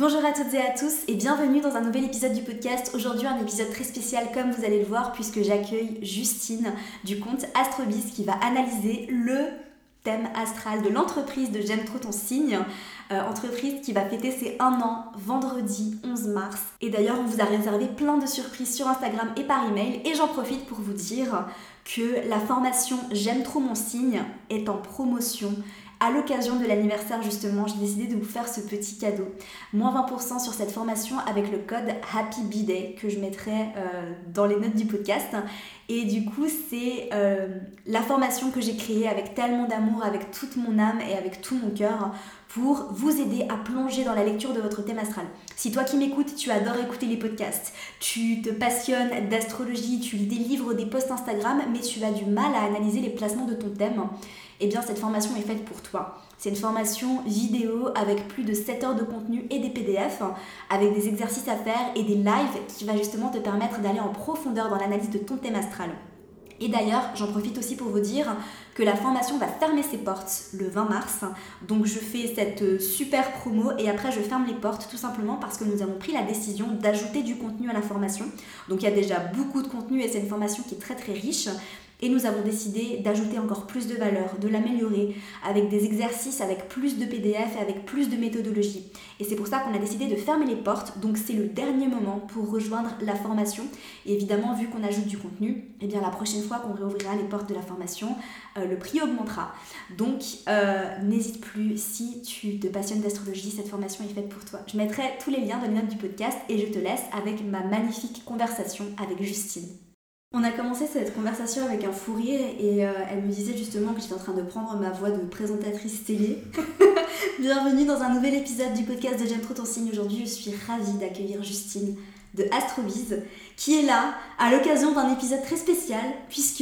Bonjour à toutes et à tous et bienvenue dans un nouvel épisode du podcast. Aujourd'hui un épisode très spécial comme vous allez le voir puisque j'accueille Justine du compte Astrobiz qui va analyser le thème astral de l'entreprise de J'aime trop ton signe, entreprise qui va fêter ses 1 an vendredi 11 mars. Et d'ailleurs on vous a réservé plein de surprises sur Instagram et par email et j'en profite pour vous dire que la formation J'aime trop mon signe est en promotion. À l'occasion de l'anniversaire justement, j'ai décidé de vous faire ce petit cadeau. Moins 20% sur cette formation avec le code Happy B-Day que je mettrai dans les notes du podcast. Et du coup, c'est la formation que j'ai créée avec tellement d'amour, avec toute mon âme et avec tout mon cœur pour vous aider à plonger dans la lecture de votre thème astral. Si toi qui m'écoutes, tu adores écouter les podcasts, tu te passionnes d'astrologie, tu lis des livres, des posts Instagram, mais tu as du mal à analyser les placements de ton thème, eh bien cette formation est faite pour toi. C'est une formation vidéo avec plus de 7 heures de contenu et des PDF, avec des exercices à faire et des lives qui va justement te permettre d'aller en profondeur dans l'analyse de ton thème astral. Et d'ailleurs, j'en profite aussi pour vous dire que la formation va fermer ses portes le 20 mars. Donc je fais cette super promo et après je ferme les portes tout simplement parce que nous avons pris la décision d'ajouter du contenu à la formation. Donc il y a déjà beaucoup de contenu et c'est une formation qui est très très riche. Et nous avons décidé d'ajouter encore plus de valeur, de l'améliorer avec des exercices, avec plus de PDF et avec plus de méthodologie. Et c'est pour ça qu'on a décidé de fermer les portes. Donc c'est le dernier moment pour rejoindre la formation. Et évidemment, vu qu'on ajoute du contenu, eh bien la prochaine fois qu'on réouvrira les portes de la formation, le prix augmentera. Donc n'hésite plus, si tu te passionnes d'astrologie, cette formation est faite pour toi. Je mettrai tous les liens dans les notes du podcast et je te laisse avec ma magnifique conversation avec Justine. On a commencé cette conversation avec un fou rire et elle me disait justement que j'étais en train de prendre ma voix de présentatrice télé. Bienvenue dans un nouvel épisode du podcast de J'aime trop ton signe. Aujourd'hui, je suis ravie d'accueillir Justine de Astrobiz qui est là à l'occasion d'un épisode très spécial puisque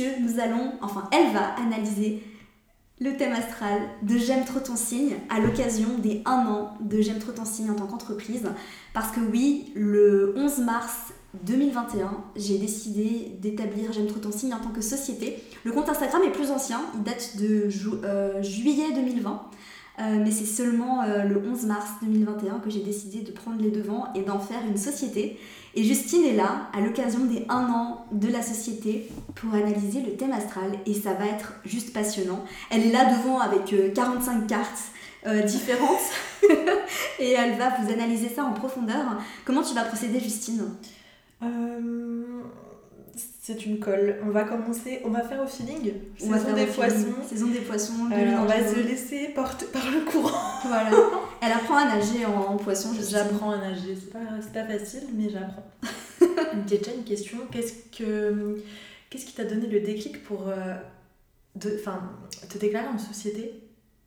elle va analyser le thème astral de J'aime trop ton signe à l'occasion des 1 an de J'aime trop ton signe en tant qu'entreprise. Parce que oui, le 11 mars 2021, j'ai décidé d'établir J'aime trop ton signe en tant que société. Le compte Instagram est plus ancien, il date de juillet 2020, mais c'est seulement le 11 mars 2021 que j'ai décidé de prendre les devants et d'en faire une société. Et Justine est là à l'occasion des 1 an de la société pour analyser le thème astral et ça va être juste passionnant. Elle est là devant avec 45 cartes différentes et elle va vous analyser ça en profondeur. Comment tu vas procéder, Justine ? C'est une colle. On va faire au feeling. Saison des poissons. On va se laisser porter par le courant. Voilà. Elle apprend à nager en poisson. J'apprends à nager. C'est pas facile, mais j'apprends. J'ai déjà une question. Qu'est-ce qui t'a donné le déclic pour te déclarer en société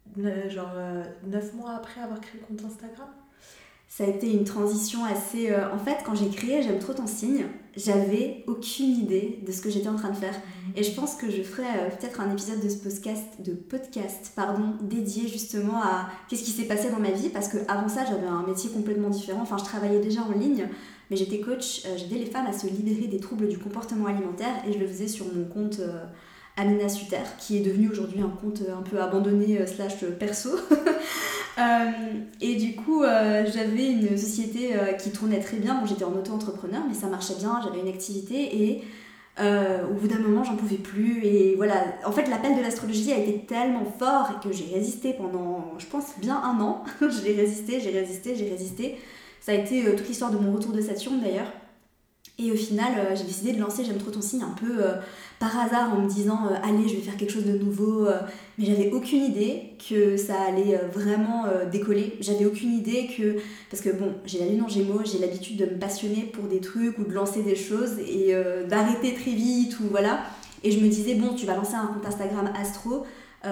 9 mois après avoir créé le compte Instagram? Ça a été une transition assez... En fait, quand j'ai créé J'aime trop ton signe, j'avais aucune idée de ce que j'étais en train de faire. Et je pense que je ferai peut-être un épisode de ce podcast dédié justement à qu'est-ce qui s'est passé dans ma vie. Parce qu'avant ça, j'avais un métier complètement différent. Enfin, je travaillais déjà en ligne, mais j'étais coach. J'aidais les femmes à se libérer des troubles du comportement alimentaire. Et je le faisais sur mon compte Amina Suter, qui est devenu aujourd'hui un compte un peu abandonné / perso. Et du coup j'avais une société qui tournait très bien. Bon, j'étais en auto-entrepreneur mais ça marchait bien, j'avais une activité et au bout d'un moment j'en pouvais plus et voilà, en fait l'appel de l'astrologie a été tellement fort que j'ai résisté pendant je pense bien 1 an. J'ai résisté. Ça a été toute l'histoire de mon retour de Saturne d'ailleurs. Et au final, j'ai décidé de lancer J'aime trop ton signe un peu par hasard en me disant allez, je vais faire quelque chose de nouveau. Mais j'avais aucune idée que ça allait vraiment décoller. J'avais aucune idée que... Parce que bon, j'ai la lune en Gémeaux, j'ai l'habitude de me passionner pour des trucs ou de lancer des choses et d'arrêter très vite ou voilà. Et je me disais bon, tu vas lancer un compte Instagram astro.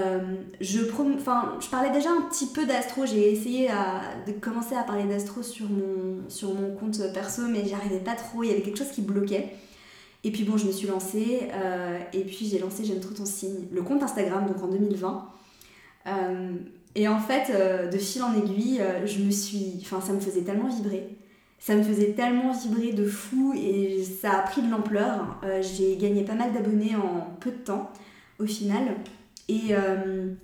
Je parlais déjà un petit peu d'astro, j'ai essayé de commencer à parler d'astro sur mon compte perso, mais j'y arrivais pas trop, il y avait quelque chose qui bloquait. Et puis bon, je me suis lancée, et puis j'ai lancé J'aime trop ton signe, le compte Instagram, donc en 2020. Et en fait, de fil en aiguille, ça me faisait tellement vibrer. Ça me faisait tellement vibrer de fou, et ça a pris de l'ampleur. J'ai gagné pas mal d'abonnés en peu de temps, au final.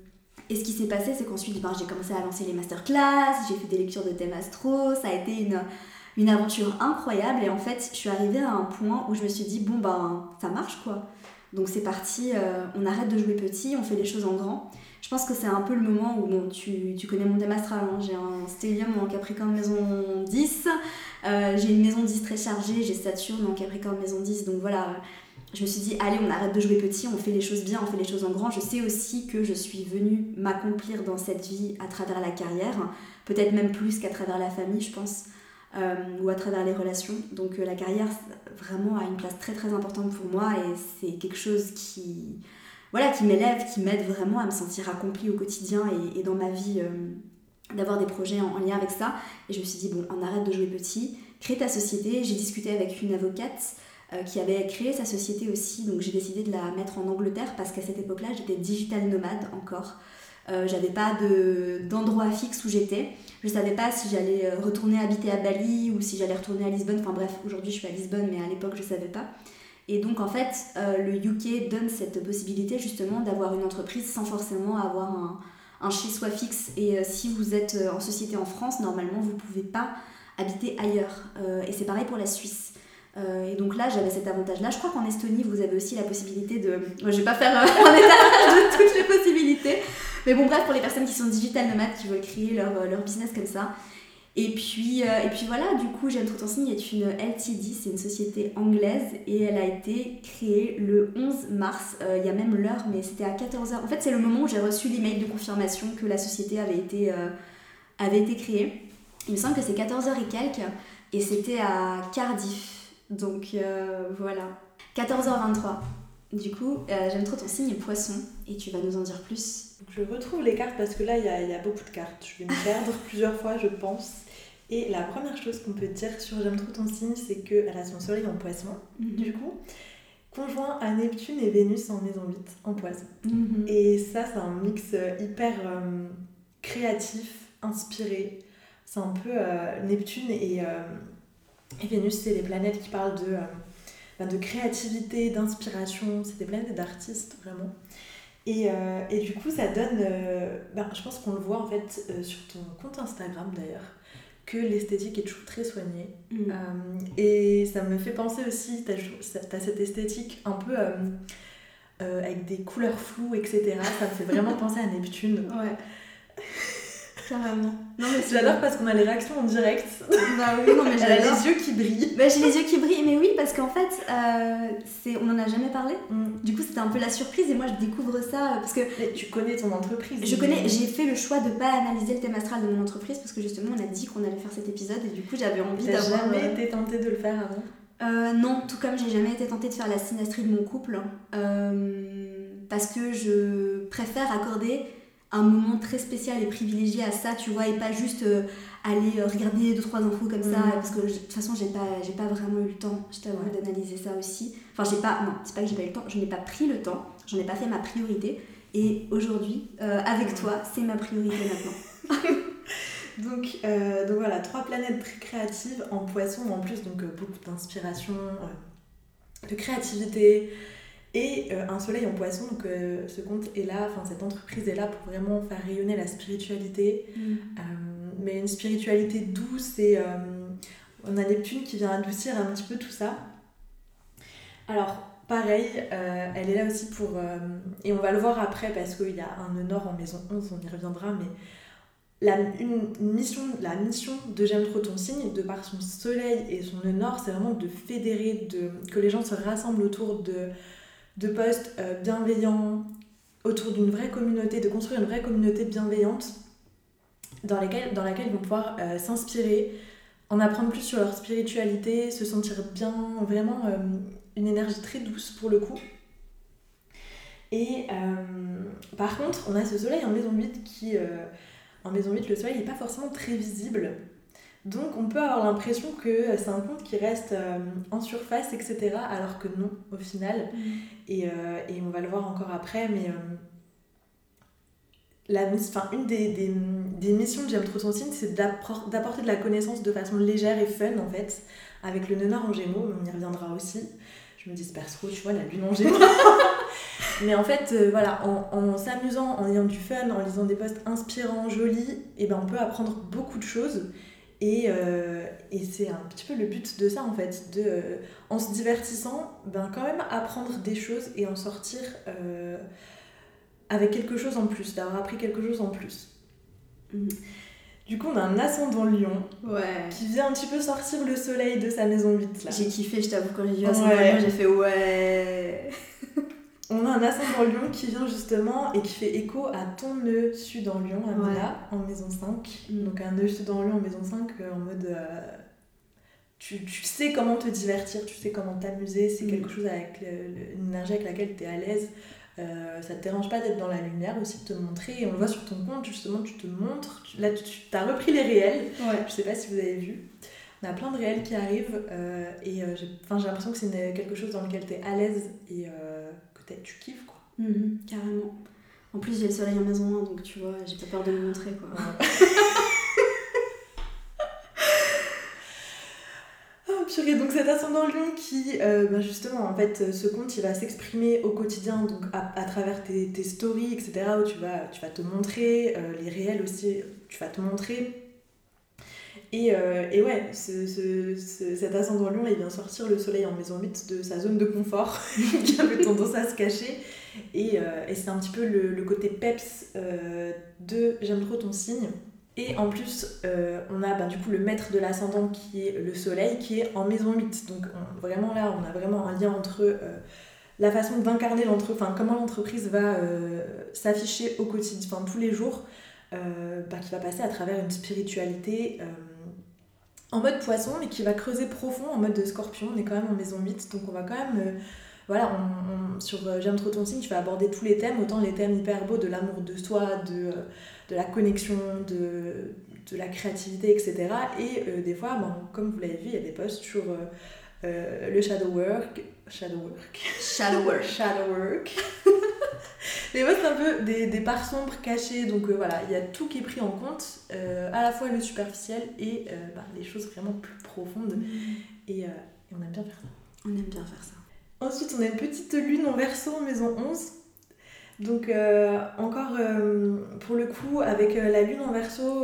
Et ce qui s'est passé, c'est qu'ensuite j'ai commencé à lancer les masterclass, j'ai fait des lectures de thèmes astro, ça a été une aventure incroyable. Et en fait, je suis arrivée à un point où je me suis dit, bon ça marche quoi. Donc c'est parti, on arrête de jouer petit, on fait les choses en grand. Je pense que c'est un peu le moment où, tu connais mon thème astral, hein. J'ai un stellium en Capricorne maison 10, j'ai une maison 10 très chargée, j'ai Saturne en Capricorne maison 10, donc voilà, je me suis dit, allez, on arrête de jouer petit, on fait les choses bien, on fait les choses en grand. Je sais aussi que je suis venue m'accomplir dans cette vie à travers la carrière, peut-être même plus qu'à travers la famille, je pense, ou à travers les relations. Donc la carrière, vraiment, a une place très très importante pour moi, et c'est quelque chose qui m'élève, qui m'aide vraiment à me sentir accomplie au quotidien et dans ma vie, d'avoir des projets en lien avec ça. Et je me suis dit, bon, on arrête de jouer petit, crée ta société. J'ai discuté avec une avocate qui avait créé sa société aussi, donc j'ai décidé de la mettre en Angleterre parce qu'à cette époque-là, j'étais digital nomade encore. J'avais pas d'endroit fixe où j'étais. Je savais pas si j'allais retourner habiter à Bali ou si j'allais retourner à Lisbonne. Enfin bref, aujourd'hui je suis à Lisbonne, mais à l'époque je savais pas. Et donc en fait, le UK donne cette possibilité justement d'avoir une entreprise sans forcément avoir un chez-soi fixe. Et si vous êtes en société en France, normalement vous pouvez pas habiter ailleurs. Et c'est pareil pour la Suisse. Et donc là, j'avais cet avantage-là. Je crois qu'en Estonie, vous avez aussi la possibilité de... Je vais pas faire un étalage de toutes les possibilités. Mais bon, bref, pour les personnes qui sont digital nomades, qui veulent créer leur business comme ça. Et puis voilà, du coup, J'aime trop ton signe est une LTD, c'est une société anglaise, et elle a été créée le 11 mars. Il y a même l'heure, mais c'était à 14h. En fait, c'est le moment où j'ai reçu l'email de confirmation que la société avait été créée. Il me semble que c'est 14h et quelques, et c'était à Cardiff. Donc voilà, 14h23. Du coup, J'aime trop ton signe poisson, et tu vas nous en dire plus. Je retrouve les cartes parce que là, il y a beaucoup de cartes. Je vais me perdre plusieurs fois, je pense. Et la première chose qu'on peut dire sur J'aime trop ton signe, c'est qu'elle a son soleil en poisson, du coup, conjoint à Neptune et Vénus en maison 8, en poisson. Et ça, c'est un mix hyper créatif, inspiré. C'est un peu Neptune et Vénus, c'est les planètes qui parlent de créativité, d'inspiration. C'est des planètes d'artistes, vraiment. Et du coup, ça donne... je pense qu'on le voit, en fait, sur ton compte Instagram, d'ailleurs, que l'esthétique est toujours très soignée. Et ça me fait penser aussi, t'as cette esthétique un peu avec des couleurs floues, etc. Ça me fait vraiment penser à Neptune. Ouais. Carrément. Non, mais j'adore parce qu'on a les réactions en direct. Bah oui, non, mais j'adore. Elle a les yeux qui brillent. Bah, j'ai les yeux qui brillent, mais oui, parce qu'en fait, on n'en a jamais parlé. Du coup, c'était un peu la surprise, et moi, je découvre ça parce que... Mais tu connais ton entreprise. J'ai fait le choix de ne pas analyser le thème astral de mon entreprise parce que justement, on a dit qu'on allait faire cet épisode, et du coup, j'avais envie d'avoir... T'as jamais été tentée de le faire avant ? Non, tout comme j'ai jamais été tentée de faire la synastrie de mon couple, parce que je préfère accorder un moment très spécial et privilégié à ça, tu vois, et pas juste aller regarder 2-3 infos comme ça, parce que de toute façon j'ai pas vraiment eu le temps, je t'avoue, d'analyser ça aussi. Enfin, c'est pas que j'ai pas eu le temps, je n'ai pas pris le temps, j'en ai pas fait ma priorité, et aujourd'hui, avec toi, c'est ma priorité maintenant. Donc voilà, 3 planètes très créatives en poisson, en plus, donc beaucoup d'inspiration, de créativité, et un soleil en poisson. Donc ce compte est là, cette entreprise est là pour vraiment faire rayonner la spiritualité, mais une spiritualité douce, et on a Neptune qui vient adoucir un petit peu tout ça. Alors pareil, elle est là aussi pour et on va le voir après parce qu'il y a un nœud nord en maison 11, on y reviendra, mais la mission de J'aime trop ton signe, de par son soleil et son nœud nord, c'est vraiment de fédérer, que les gens se rassemblent autour de postes bienveillants, autour d'une vraie communauté, de construire une vraie communauté bienveillante dans laquelle ils vont pouvoir s'inspirer, en apprendre plus sur leur spiritualité, se sentir bien, vraiment une énergie très douce pour le coup. Et par contre, on a ce soleil en maison 8 qui... en maison 8, le soleil n'est pas forcément très visible. Donc on peut avoir l'impression que c'est un compte qui reste en surface, etc. Alors que non, au final. Et on va le voir encore après, mais une des missions de J'aime trop ton signe, c'est d'apporter de la connaissance de façon légère et fun, en fait, avec le nœud nord en Gémeaux, on y reviendra aussi. Je me disperse trop, tu vois, la lune en Gémeaux. Mais en fait, voilà, en s'amusant, en ayant du fun, en lisant des posts inspirants, jolis, et ben on peut apprendre beaucoup de choses. Et c'est un petit peu le but de ça en fait, en se divertissant, ben quand même apprendre des choses et en sortir avec quelque chose en plus, d'avoir appris quelque chose en plus. Du coup, on a un ascendant Lion qui vient un petit peu sortir le soleil de sa maison 8 là. J'ai kiffé, je t'avoue, quand j'ai vu ascendant Lion, j'ai fait ouais. On a un ascendant Lion qui vient justement et qui fait écho à ton nœud sud en Lion, Amina, en maison 5. Donc un nœud sud en Lion en maison 5 en mode... tu sais comment te divertir, tu sais comment t'amuser, c'est quelque chose avec une énergie avec laquelle tu es à l'aise. Ça te dérange pas d'être dans la lumière aussi, de te montrer. Et on le voit sur ton compte, justement, tu te montres. Là, tu as repris les réels. Je sais pas si vous avez vu. On a plein de réels qui arrivent. J'ai l'impression que c'est quelque chose dans lequel tu es à l'aise et que tu kiffes, quoi. Carrément. En plus, j'ai le soleil en maison 1, donc tu vois, j'ai pas peur de me montrer, quoi. Purée, donc cet ascendant Lion qui, justement, en fait, ce compte, il va s'exprimer au quotidien, donc à travers tes stories, etc., où tu vas te montrer, les réels aussi, tu vas te montrer. Et ouais, cet ascendant Lion, il vient sortir le soleil en maison 8 de sa zone de confort, qui avait tendance à se cacher. Et c'est un petit peu le côté peps de J'aime trop ton signe. Et en plus, on a du coup le maître de l'ascendant qui est le soleil, qui est en maison 8. Donc vraiment là, on a vraiment un lien entre la façon d'incarner l'entreprise, comment l'entreprise va s'afficher au quotidien, tous les jours, qui va passer à travers une spiritualité en mode poisson, mais qui va creuser profond en mode de scorpion. On est quand même en maison 8, donc on va quand même... sur J'aime trop ton signe, tu vas aborder tous les thèmes, autant les thèmes hyper beaux de l'amour de soi, de la connexion, de la créativité, etc. Et des fois, comme vous l'avez vu, il y a des posts sur le shadow work. Les posts un peu des parts sombres cachées, donc voilà, il y a tout qui est pris en compte, à la fois le superficiel et les choses vraiment plus profondes. Et on aime bien faire ça. Ensuite, on a une petite lune en Verseau en maison 11. Donc, encore pour le coup, avec la lune en Verseau,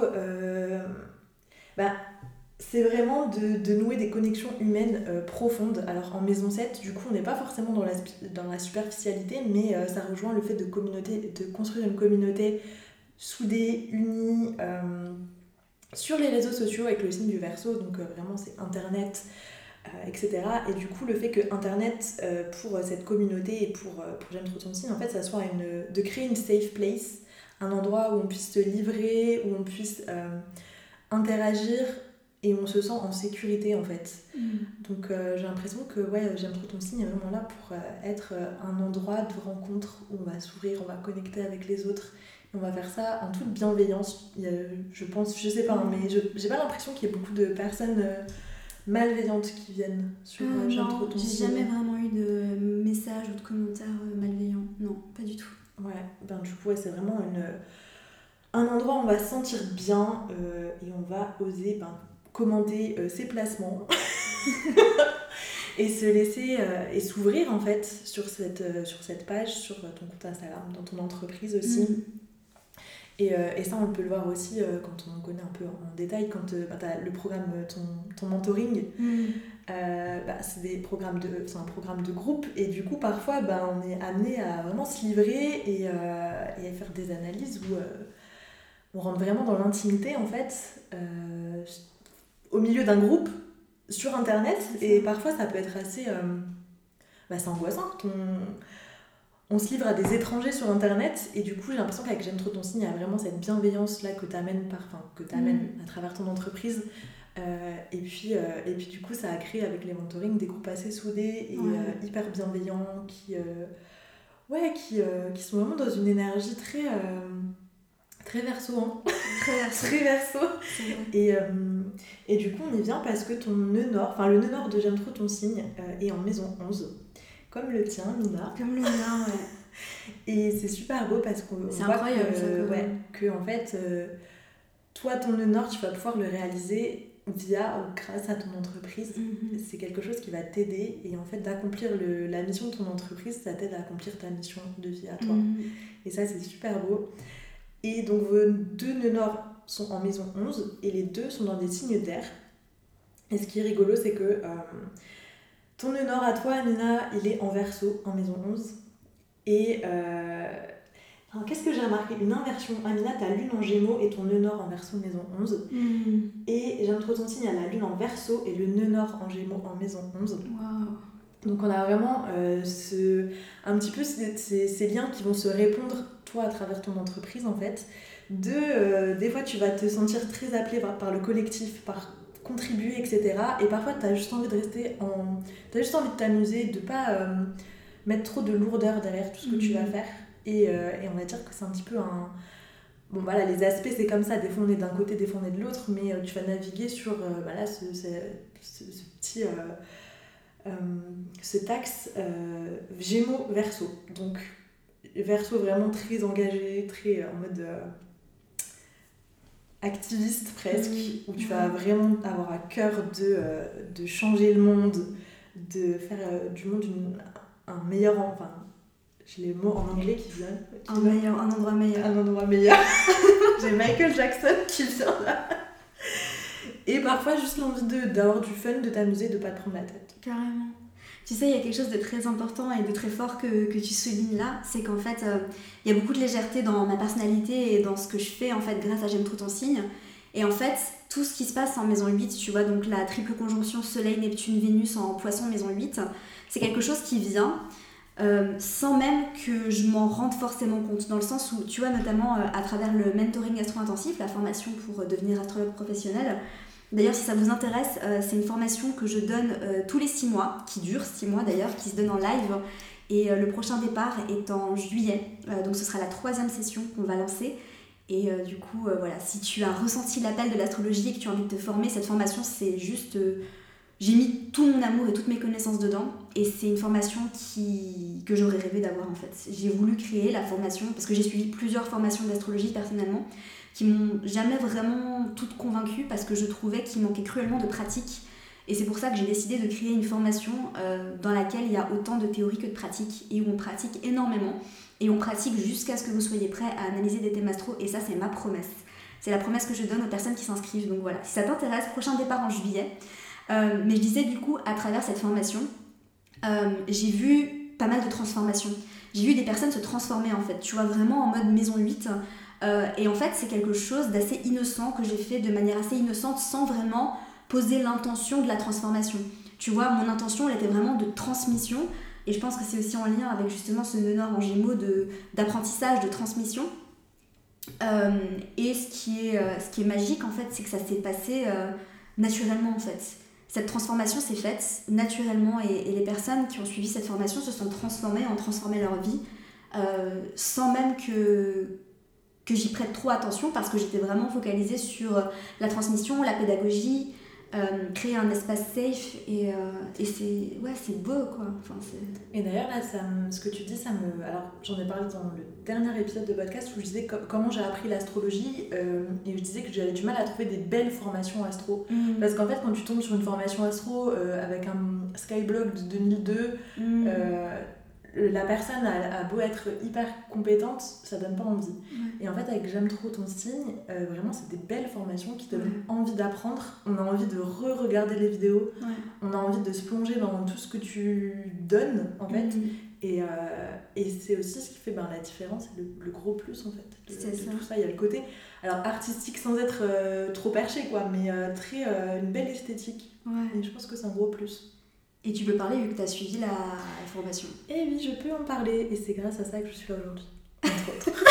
c'est vraiment de nouer des connexions humaines profondes. Alors, en maison 7, du coup, on n'est pas forcément dans la superficialité, mais ça rejoint le fait de construire une communauté soudée, unie, sur les réseaux sociaux avec le signe du Verseau. Donc, vraiment, c'est Internet. Etc. Et du coup, le fait que Internet, pour cette communauté et pour J'aime trop ton signe, en fait, ça soit de créer une safe place, un endroit où on puisse se livrer, où on puisse interagir et on se sent en sécurité, en fait. Donc, j'ai l'impression que J'aime trop ton signe est vraiment là pour être un endroit de rencontre où on va s'ouvrir, on va connecter avec les autres. Et on va faire ça en toute bienveillance. Je sais pas, mais j'ai pas l'impression qu'il y ait beaucoup de personnes... malveillantes qui viennent sur J'aime trop ton signe. J'ai jamais vraiment eu de messages ou de commentaires malveillants. Non, pas du tout. Ouais, du coup, c'est vraiment un endroit où on va se sentir bien et on va oser commenter ses placements et se laisser et s'ouvrir en fait sur cette page, sur ton compte Instagram, dans ton entreprise aussi. Et ça, on peut le voir aussi quand on connaît un peu en détail, quand tu as le programme, ton mentoring. C'est un programme de groupe, et du coup, parfois, on est amené à vraiment se livrer et à faire des analyses où on rentre vraiment dans l'intimité, en fait, au milieu d'un groupe, sur Internet. Et parfois, ça peut être assez... c'est angoissant quand on se livre à des étrangers sur Internet, et du coup j'ai l'impression qu'avec J'aime trop ton signe, il y a vraiment cette bienveillance là que t'amènes à travers ton entreprise, et puis du coup ça a créé avec les mentorings des groupes assez soudés et hyper bienveillants qui sont vraiment dans une énergie très Verseau, très Verseau. Et du coup on y vient parce que ton nœud nord, le nœud nord de J'aime trop ton signe est en maison 11. Comme le tien, Mina. Comme le mien, ouais. Et c'est super beau parce qu'on voit incroyable, que en fait, toi, ton nœud nord, tu vas pouvoir le réaliser via ou grâce à ton entreprise. C'est quelque chose qui va t'aider et en fait d'accomplir la mission de ton entreprise, ça t'aide à accomplir ta mission de vie à toi. Et ça c'est super beau. Et donc vos 2 nœuds nord sont en maison 11 et les 2 sont dans des signes d'air. Et ce qui est rigolo c'est que ton nœud nord à toi Amina, il est en Verseau en maison 11 et alors, qu'est-ce que j'ai remarqué? Une inversion. Amina, ta lune en Gémeaux et ton nœud nord en Verseau, maison 11. Et j'aime trop ton signe, il y a la lune en Verseau et le nœud nord en Gémeaux en maison 11. Wow. Donc on a vraiment un petit peu ces liens qui vont se répondre, toi, à travers ton entreprise, en fait. Des fois, tu vas te sentir très appelé par le collectif, par contribuer, etc. Et parfois, tu as juste envie de rester t'as juste envie de t'amuser, de pas mettre trop de lourdeur derrière tout ce que tu vas faire. Et on va dire que c'est un petit peu un... Bon voilà, les aspects c'est comme ça, des fois on est d'un côté, des fois on est de l'autre, mais tu vas naviguer sur voilà, ce petit... cet axe Gémeaux Verseau. Donc Verseau vraiment très engagé, très en mode activiste presque, où tu vas vraiment avoir à cœur de changer le monde, de faire du monde un meilleur... Enfin, j'ai les mots en anglais qui viennent. Un endroit meilleur. Un endroit meilleur. J'ai Michael Jackson qui vient là. Et parfois, juste l'envie d'avoir du fun, de t'amuser, de pas te prendre la tête. Carrément. Tu sais, il y a quelque chose de très important et de très fort que tu soulignes là, c'est qu'en fait, il y a beaucoup de légèreté dans ma personnalité et dans ce que je fais, en fait, grâce à J'aime trop ton signe. Et en fait, tout ce qui se passe en maison 8, tu vois, donc la triple conjonction Soleil, Neptune, Vénus en Poisson, maison 8, c'est quelque chose qui vient... sans même que je m'en rende forcément compte, dans le sens où, tu vois, notamment à travers le mentoring astro-intensif, la formation pour devenir astrologue professionnel. D'ailleurs, si ça vous intéresse, c'est une formation que je donne tous les 6 mois, qui dure 6 mois d'ailleurs, qui se donne en live. Et le prochain départ est en juillet, donc ce sera la 3e session qu'on va lancer. Et du coup, voilà, si tu as ressenti l'appel de l'astrologie et que tu as envie de te former, cette formation, c'est juste... j'ai mis tout mon amour et toutes mes connaissances dedans et c'est une formation que j'aurais rêvé d'avoir en fait. J'ai voulu créer la formation parce que j'ai suivi plusieurs formations d'astrologie personnellement qui m'ont jamais vraiment toutes convaincue parce que je trouvais qu'il manquait cruellement de pratique et c'est pour ça que j'ai décidé de créer une formation dans laquelle il y a autant de théorie que de pratique et où on pratique énormément et on pratique jusqu'à ce que vous soyez prêts à analyser des thèmes astro et ça c'est ma promesse. C'est la promesse que je donne aux personnes qui s'inscrivent donc voilà, si ça t'intéresse, prochain départ en juillet. Mais je disais du coup, à travers cette formation, j'ai vu pas mal de transformations. J'ai vu des personnes se transformer en fait, tu vois, vraiment en mode maison 8. Et en fait, c'est quelque chose d'assez innocent que j'ai fait de manière assez innocente sans vraiment poser l'intention de la transformation. Tu vois, mon intention, elle était vraiment de transmission. Et je pense que c'est aussi en lien avec justement ce nœud nord en Gémeaux d'apprentissage, de transmission. Et ce qui est magique en fait, c'est que ça s'est passé naturellement en fait. Cette transformation s'est faite naturellement et les personnes qui ont suivi cette formation se sont transformées, ont transformé leur vie sans même que j'y prête trop attention parce que j'étais vraiment focalisée sur la transmission, la pédagogie, créer un espace safe et c'est beau quoi. Enfin, et d'ailleurs là, ce que tu dis, alors j'en ai parlé dans le dernier épisode de podcast où je disais comment j'ai appris l'astrologie et je disais que j'avais du mal à trouver des belles formations astro parce qu'en fait quand tu tombes sur une formation astro avec un Skyblog de 2002 la personne a beau être hyper compétente, ça donne pas envie. Et en fait, avec J'aime trop ton signe, vraiment, c'est des belles formations qui donnent envie d'apprendre. On a envie de re-regarder les vidéos. On a envie de se plonger dans tout ce que tu donnes, en fait. Et c'est aussi ce qui fait la différence et le gros plus, en fait. De tout ça, il y a le côté alors artistique sans être trop perché, quoi, mais une belle esthétique. Et je pense que c'est un gros plus. Et tu peux parler vu que tu as suivi la formation. Eh oui, je peux en parler. Et c'est grâce à ça que je suis là aujourd'hui, entre autres.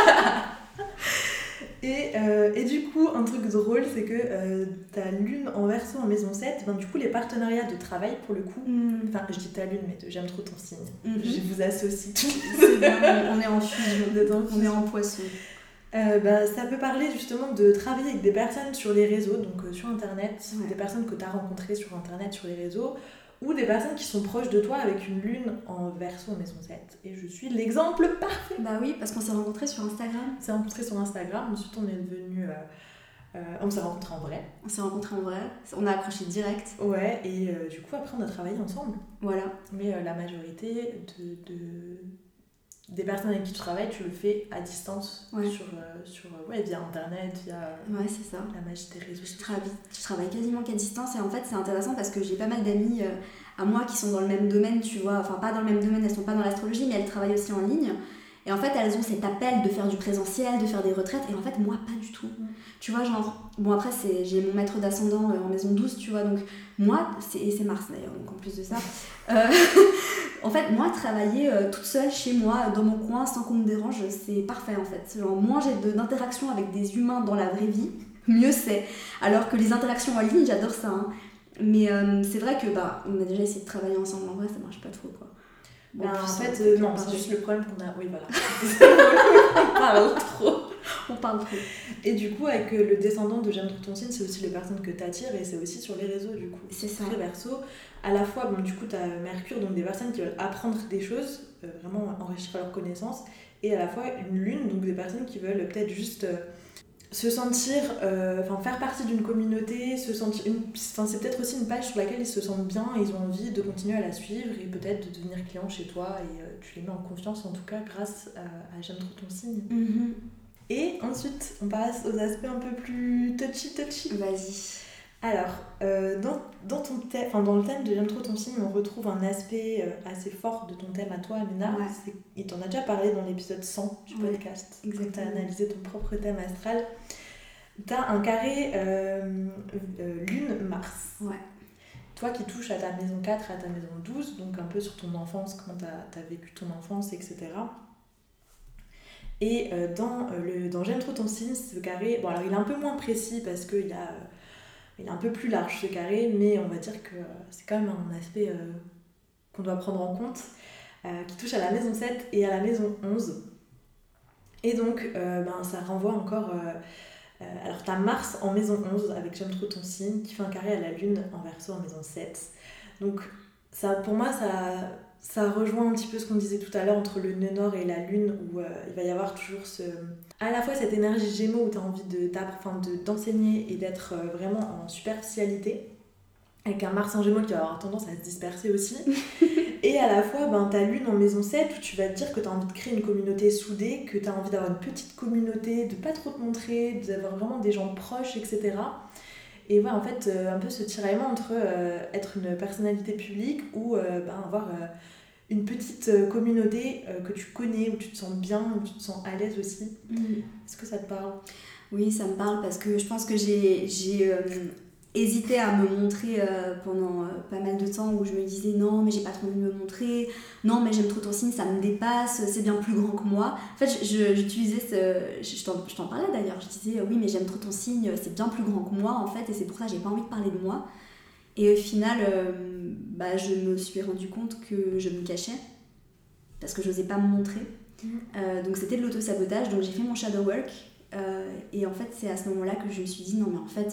Et du coup, un truc drôle, c'est que ta lune en Verseau en maison 7, du coup, les partenariats de travail, pour le coup... Enfin, je dis ta lune, mais J'aime trop ton signe. Je vous associe tous. C'est bien, on est en fusion, on est en Poisson. Ça peut parler justement de travailler avec des personnes sur les réseaux, donc sur Internet, des personnes que tu as rencontrées sur Internet, sur les réseaux, ou des personnes qui sont proches de toi avec une lune en Verseau en maison 7. Et je suis l'exemple parfait. Bah oui, parce qu'on s'est rencontrés sur Instagram. On s'est rencontrés sur Instagram, ensuite on est devenus On s'est rencontrés en vrai. On s'est rencontrés en vrai, on a accroché direct. Ouais, et du coup, après, on a travaillé ensemble. Voilà. Mais la majorité des personnes avec qui tu travailles, tu le fais à distance, via Internet, via c'est ça. la magie des réseaux. Je travaille quasiment qu'à distance, et en fait, c'est intéressant parce que j'ai pas mal d'amis à moi qui sont dans le même domaine, tu vois. Enfin, pas dans le même domaine, elles sont pas dans l'astrologie, mais elles travaillent aussi en ligne. Et en fait, elles ont cet appel de faire du présentiel, de faire des retraites, et en fait, moi, pas du tout. Tu vois, genre, bon, après, j'ai mon maître d'ascendant en maison 12, tu vois, donc moi, c'est Mars d'ailleurs, donc en plus de ça. En fait, moi, travailler toute seule chez moi, dans mon coin, sans qu'on me dérange, c'est parfait en fait. Genre, moins j'ai d'interactions avec des humains dans la vraie vie, mieux c'est. Alors que les interactions en ligne, j'adore ça. Hein. Mais c'est vrai que on a déjà essayé de travailler ensemble, en vrai, ça marche pas trop quoi. Bon, en fait, non, c'est juste le problème qu'on a. Oui, voilà. On parle trop. Et du coup, avec le descendant de J'aime trop ton signe, c'est aussi les personnes que t'attires et c'est aussi sur les réseaux du coup. C'est ça. Très verso. À la fois, bon, du coup, t'as Mercure, donc des personnes qui veulent apprendre des choses, vraiment enrichir leurs connaissances, et à la fois une lune, donc des personnes qui veulent peut-être juste se sentir, faire partie d'une communauté, se sentir c'est peut-être aussi une page sur laquelle ils se sentent bien et ils ont envie de continuer à la suivre et peut-être de devenir client chez toi et tu les mets en confiance en tout cas grâce à J'aime trop ton signe. Mm-hmm. Et ensuite on passe aux aspects un peu plus touchy. Vas-y. Alors, dans le thème de J'aime trop ton signe, on retrouve un aspect assez fort de ton thème à toi, Amina. Ouais. Et t'en as déjà parlé dans l'épisode 100 du podcast. Exactement. T'as analysé ton propre thème astral. T'as un carré Lune-Mars. Ouais. Toi qui touches à ta maison 4 et à ta maison 12, donc un peu sur ton enfance, comment t'as vécu ton enfance, etc. Et dans J'aime trop ton signe, ce carré, bon alors il est un peu moins précis parce qu'il il est un peu plus large ce carré, mais on va dire que c'est quand même un aspect qu'on doit prendre en compte, qui touche à la maison 7 et à la maison 11. Et donc ça renvoie encore... alors t'as Mars en maison 11 avec J'aime trop ton signe, qui fait un carré à la Lune en Verseau en maison 7. Donc ça, pour moi, ça rejoint un petit peu ce qu'on disait tout à l'heure entre le nœud nord et la Lune, où il va y avoir toujours à la fois cette énergie Gémeaux où tu as envie d'enseigner et d'être vraiment en superficialité, avec un Mars en Gémeaux qui va avoir tendance à se disperser aussi, et à la fois ta Lune en maison 7 où tu vas te dire que tu as envie de créer une communauté soudée, que tu as envie d'avoir une petite communauté, de pas trop te montrer, d'avoir vraiment des gens proches, etc. Et ouais, en fait, un peu ce tiraillement entre être une personnalité publique ou avoir une petite communauté que tu connais, où tu te sens bien, où tu te sens à l'aise aussi. Est-ce que ça te parle ? Oui, ça me parle parce que je pense que j'ai hésité à me montrer pendant pas mal de temps où je me disais non mais j'ai pas trop envie de me montrer, non mais j'aime trop ton signe, ça me dépasse, c'est bien plus grand que moi. En fait j'utilisais je t'en parlais d'ailleurs, je disais oui mais j'aime trop ton signe, c'est bien plus grand que moi en fait et c'est pour ça que j'ai pas envie de parler de moi. Et au final je me suis rendu compte que je me cachais parce que j'osais pas me montrer. Donc c'était de l'auto-sabotage, donc j'ai fait mon shadow work et en fait c'est à ce moment-là que je me suis dit non mais en fait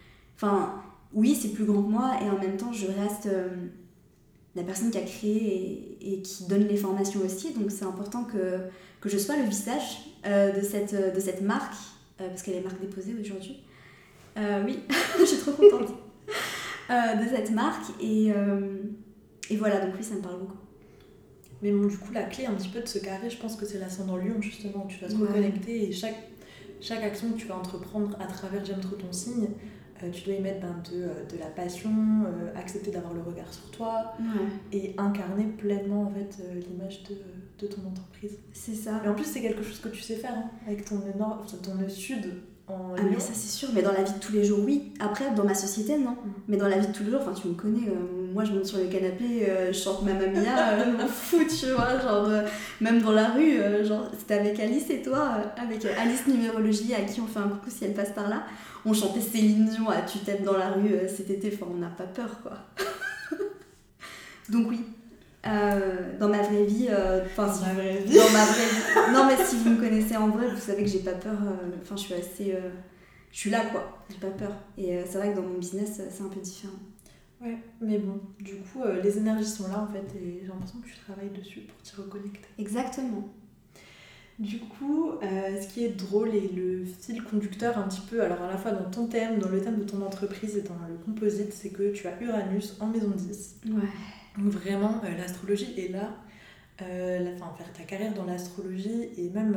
oui, c'est plus grand que moi et en même temps, je reste la personne qui a créé et qui donne les formations aussi. Donc, c'est important que je sois le visage de cette marque, parce qu'elle est marque déposée aujourd'hui. Oui, je suis trop contente de cette marque. Et voilà, donc oui, ça me parle beaucoup. Mais bon, du coup, la clé un petit peu de ce carré, je pense que c'est l'ascendant Lion, justement, où tu vas te reconnecter et chaque action que tu vas entreprendre à travers J'aime trop ton signe, tu dois y mettre de la passion, accepter d'avoir le regard sur toi et incarner pleinement en fait l'image de ton entreprise. C'est ça. Et en plus c'est quelque chose que tu sais faire avec ton nœud sud en Lyon. Mais ça c'est sûr, mais dans la vie de tous les jours oui. Après dans ma société non, mais dans la vie de tous les jours, tu me connais, moi je monte sur le canapé, je chante Mamma Mia, je m'en fous tu vois, genre même dans la rue, genre c'était avec Alice et toi, avec Alice Numérologie à qui on fait un coucou si elle passe par là. On chantait Céline Dion à tue-tête dans la rue cet été, on n'a pas peur quoi. Donc oui, dans ma vraie vie, non mais si vous me connaissez en vrai, vous savez que j'ai pas peur, je suis assez, je suis là quoi, j'ai pas peur. Et c'est vrai que dans mon business c'est un peu différent. Ouais, mais bon, du coup les énergies sont là en fait et j'ai l'impression que tu travailles dessus pour t'y reconnecter. Exactement. Du coup, ce qui est drôle et le fil conducteur un petit peu, alors à la fois dans ton thème, dans le thème de ton entreprise et dans le composite, c'est que tu as Uranus en maison 10. Ouais. Donc vraiment, l'astrologie est là. Faire ta carrière dans l'astrologie et même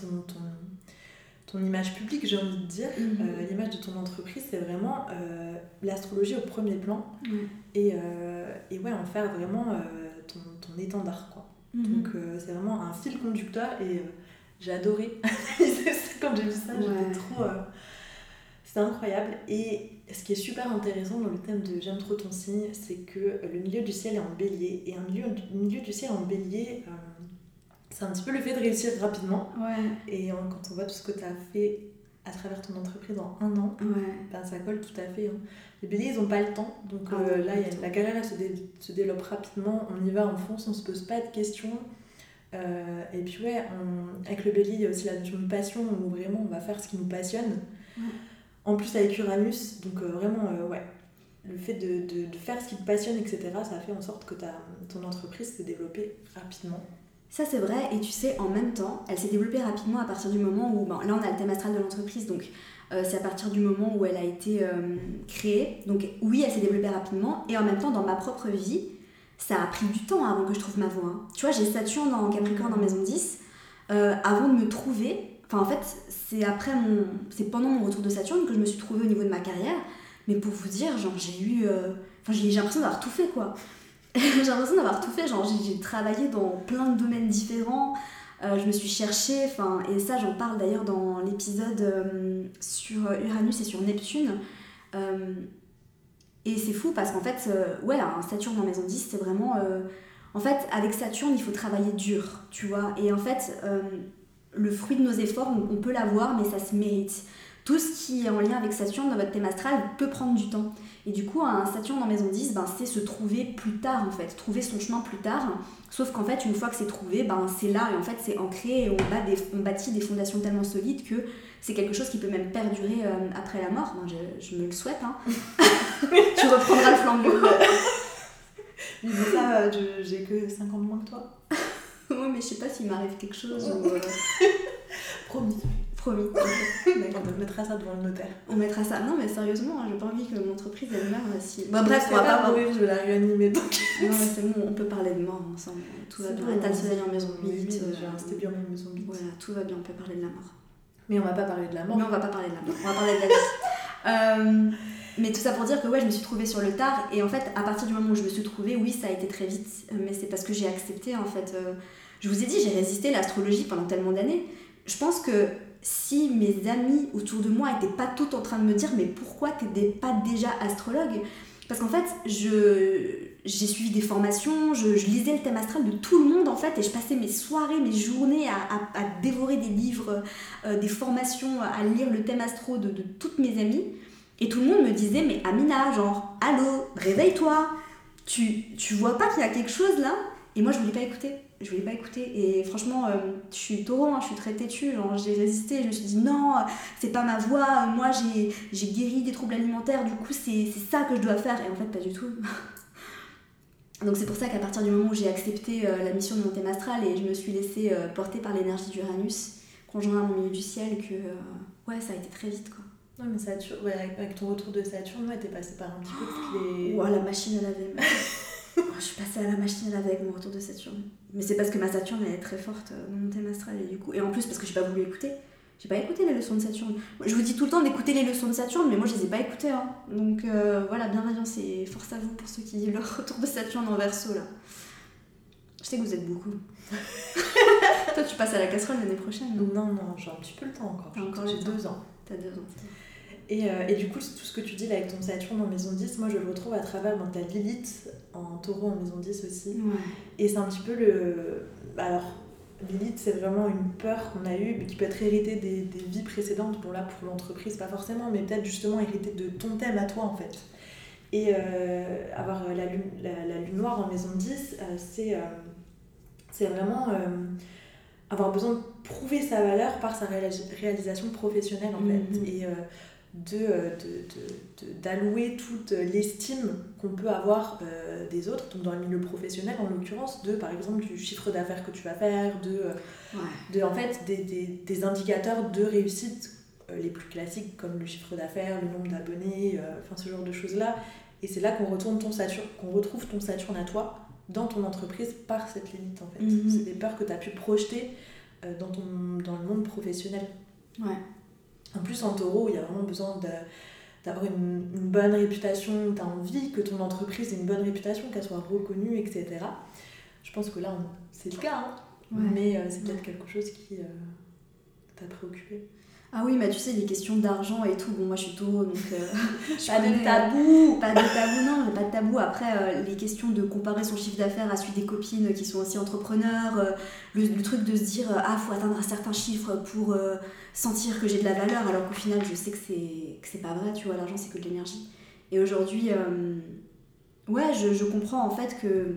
ton image publique, j'ai envie de dire, l'image de ton entreprise, c'est vraiment l'astrologie au premier plan et ouais, en faire vraiment ton étendard, quoi. Donc c'est vraiment un fil conducteur et j'ai adoré. Quand j'ai vu ça, j'étais trop... C'était incroyable. Et ce qui est super intéressant dans le thème de J'aime trop ton signe, c'est que le milieu du ciel est en bélier. Et un milieu du ciel en bélier, c'est un petit peu le fait de réussir rapidement. Ouais. Et quand on voit tout ce que tu as fait à travers ton entreprise en 1 an, ben, ça colle tout à fait. Hein. Les béliers, ils n'ont pas le temps. Donc là, la carrière elle se développe rapidement. On y va, on fonce, on se pose pas de questions. Et puis ouais, avec le bélier, il y a aussi la notion de passion où vraiment on va faire ce qui nous passionne. En plus avec Uranus, donc vraiment ouais, le fait de faire ce qui te passionne, etc., ça fait en sorte que ton entreprise s'est développée rapidement. Ça c'est vrai, et tu sais, en même temps, elle s'est développée rapidement à partir du moment où, là on a le thème astral de l'entreprise, donc c'est à partir du moment où elle a été créée. Donc oui, elle s'est développée rapidement, et en même temps dans ma propre vie, ça a pris du temps avant que je trouve ma voie. Hein. Tu vois, j'ai Saturne en Capricorne en maison 10, avant de me trouver, enfin en fait c'est pendant mon retour de Saturne que je me suis trouvée au niveau de ma carrière, mais pour vous dire, genre j'ai l'impression d'avoir tout fait, quoi. J'ai l'impression d'avoir tout fait, genre j'ai travaillé dans plein de domaines différents, je me suis cherchée, et ça j'en parle d'ailleurs dans l'épisode sur Uranus et sur Neptune. Et c'est fou parce qu'en fait, un Saturne en maison 10, c'est vraiment... en fait, avec Saturne, il faut travailler dur, tu vois. Et en fait, le fruit de nos efforts, on peut l'avoir, mais ça se mérite. Tout ce qui est en lien avec Saturne dans votre thème astral peut prendre du temps. Et du coup, un Saturne en maison 10, c'est se trouver plus tard, en fait. Trouver son chemin plus tard. Sauf qu'en fait, une fois que c'est trouvé, c'est là, et en fait, c'est ancré, et on bâtit des fondations tellement solides que c'est quelque chose qui peut même perdurer après la mort. Je me le souhaite, hein. Tu reprendras le flambeau. Mais ça, j'ai que 5 ans de moins que toi. Ouais, mais je sais pas s'il m'arrive quelque chose ou... Promis. D'accord. On mettra ça devant le notaire. On mettra ça. Non, mais sérieusement, j'ai pas envie que mon entreprise elle meure si... Bref, on va pas mourir, je vais la réanimer donc. Non, mais c'est bon, on peut parler de mort ensemble. Tout va bien. T'as le soleil en maison 8. C'était bien en maison 8. Voilà, tout va bien, on peut parler de la mort. Mais on va pas parler de la mort. Mais on va pas parler de la mort, on va parler de la vie. Mais tout ça pour dire que je me suis trouvée sur le tard, et en fait, à partir du moment où je me suis trouvée, oui, ça a été très vite, mais c'est parce que j'ai accepté, en fait. Je vous ai dit, j'ai résisté l'astrologie pendant tellement d'années. Je pense que si mes amis autour de moi n'étaient pas toutes en train de me dire « Mais pourquoi t'es pas déjà astrologue ?» Parce qu'en fait, j'ai suivi des formations, je lisais le thème astral de tout le monde, en fait, et je passais mes soirées, mes journées à dévorer des livres, des formations, à lire le thème astro de toutes mes amies. Et tout le monde me disait « Mais Amina, genre, allô, réveille-toi, tu vois pas qu'il y a quelque chose là ?» Et moi, je voulais pas écouter. Et franchement, je suis taureau, hein, je suis très têtue, genre, j'ai résisté, je me suis dit non, c'est pas ma voie, moi j'ai guéri des troubles alimentaires, du coup c'est ça que je dois faire, et en fait pas du tout. Donc c'est pour ça qu'à partir du moment où j'ai accepté la mission de mon thème astral et je me suis laissée porter par l'énergie d'Uranus, conjoint à mon milieu du ciel, que ça a été très vite, quoi. Non mais Saturne, avec ton retour de Saturne, t'es passée par un petit peu toutes les... la machine à laver. Je suis passée à la machine à laver avec mon retour de Saturne. Mais c'est parce que ma Saturne elle est très forte dans mon thème astral, et en plus parce que j'ai pas voulu écouter. J'ai pas écouté les leçons de Saturne. Je vous dis tout le temps d'écouter les leçons de Saturne, mais moi je les ai pas écoutées. Hein. Donc bienveillance et force à vous pour ceux qui leur retour de Saturne en Verseau là. Je sais que vous êtes beaucoup. Toi tu passes à la casserole l'année prochaine. Non, j'ai un petit peu le temps encore. J'ai 2 ans. T'as 2 ans. Et du coup, tout ce que tu dis là avec ton Saturne en maison 10, moi je le retrouve à travers ta Lilith en taureau en maison 10 aussi. Ouais. Et c'est un petit peu Alors, Lilith, c'est vraiment une peur qu'on a eue, mais qui peut être héritée des vies précédentes. Bon, là, pour l'entreprise, pas forcément, mais peut-être justement héritée de ton thème à toi en fait. Et avoir la lune noire en maison 10, c'est vraiment avoir besoin de prouver sa valeur par sa réalisation professionnelle en fait. Et d'allouer toute l'estime qu'on peut avoir des autres, donc dans le milieu professionnel en l'occurrence, par exemple du chiffre d'affaires que tu vas faire, en fait des indicateurs de réussite les plus classiques comme le chiffre d'affaires, le nombre d'abonnés, ce genre de choses-là. Et c'est là qu'on retrouve ton Saturne à toi dans ton entreprise par cette limite en fait. C'est des peurs que tu as pu projeter dans le monde professionnel. Ouais. En plus, en taureau, il y a vraiment besoin d'avoir une bonne réputation. Tu as envie que ton entreprise ait une bonne réputation, qu'elle soit reconnue, etc. Je pense que là, c'est le cas, hein. Ouais. Mais c'est peut-être quelque chose qui t'a préoccupé. Ah oui, mais tu sais, les questions d'argent et tout, bon, moi je suis taureau, donc pas de tabou. Pas de tabou, non, mais pas de tabou. Après, les questions de comparer son chiffre d'affaires à celui des copines qui sont aussi entrepreneurs, le truc de se dire, faut atteindre un certain chiffre pour sentir que j'ai de la valeur, alors qu'au final, je sais que c'est pas vrai, tu vois, l'argent c'est que de l'énergie. Et aujourd'hui, je comprends en fait que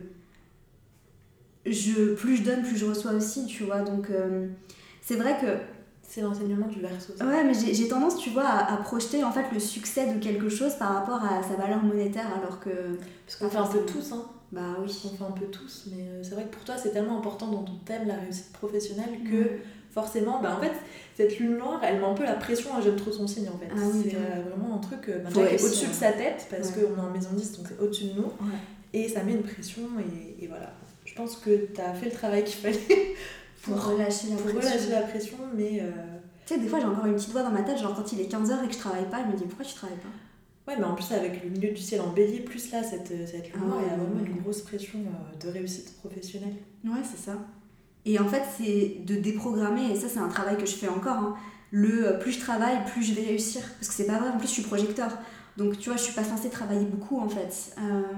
plus je donne, plus je reçois aussi, tu vois, donc c'est vrai que c'est l'enseignement du Verseau. Ça. Ouais, mais j'ai tendance, tu vois, à projeter en fait le succès de quelque chose par rapport à sa valeur monétaire, alors que... Parce qu'on fait un peu tous, hein. Bah oui. On fait un peu tous, mais c'est vrai que pour toi, c'est tellement important dans ton thème, la réussite professionnelle, que forcément, en fait, cette lune noire, elle met un peu la pression à J'aime trop son signe, en fait. Ah oui, c'est vraiment un truc qui est au-dessus de sa tête, parce qu'on est en maison 10, donc c'est au-dessus de nous, et ça met une pression, et voilà. Je pense que t'as fait le travail qu'il fallait pour relâcher la pression, mais... Tu sais, des fois, j'ai encore une petite voix dans ma tête, genre quand il est 15h et que je travaille pas, je me dis pourquoi tu travailles pas ? Ouais, mais en plus, avec le milieu du ciel en bélier, plus là, cette lune noire, il y a vraiment une grosse pression de réussite professionnelle. Ouais, c'est ça. Et en fait, c'est de déprogrammer, et ça, c'est un travail que je fais encore, hein. Plus je travaille, plus je vais réussir. Parce que c'est pas vrai, en plus, je suis projecteur. Donc, tu vois, je suis pas censée travailler beaucoup, en fait.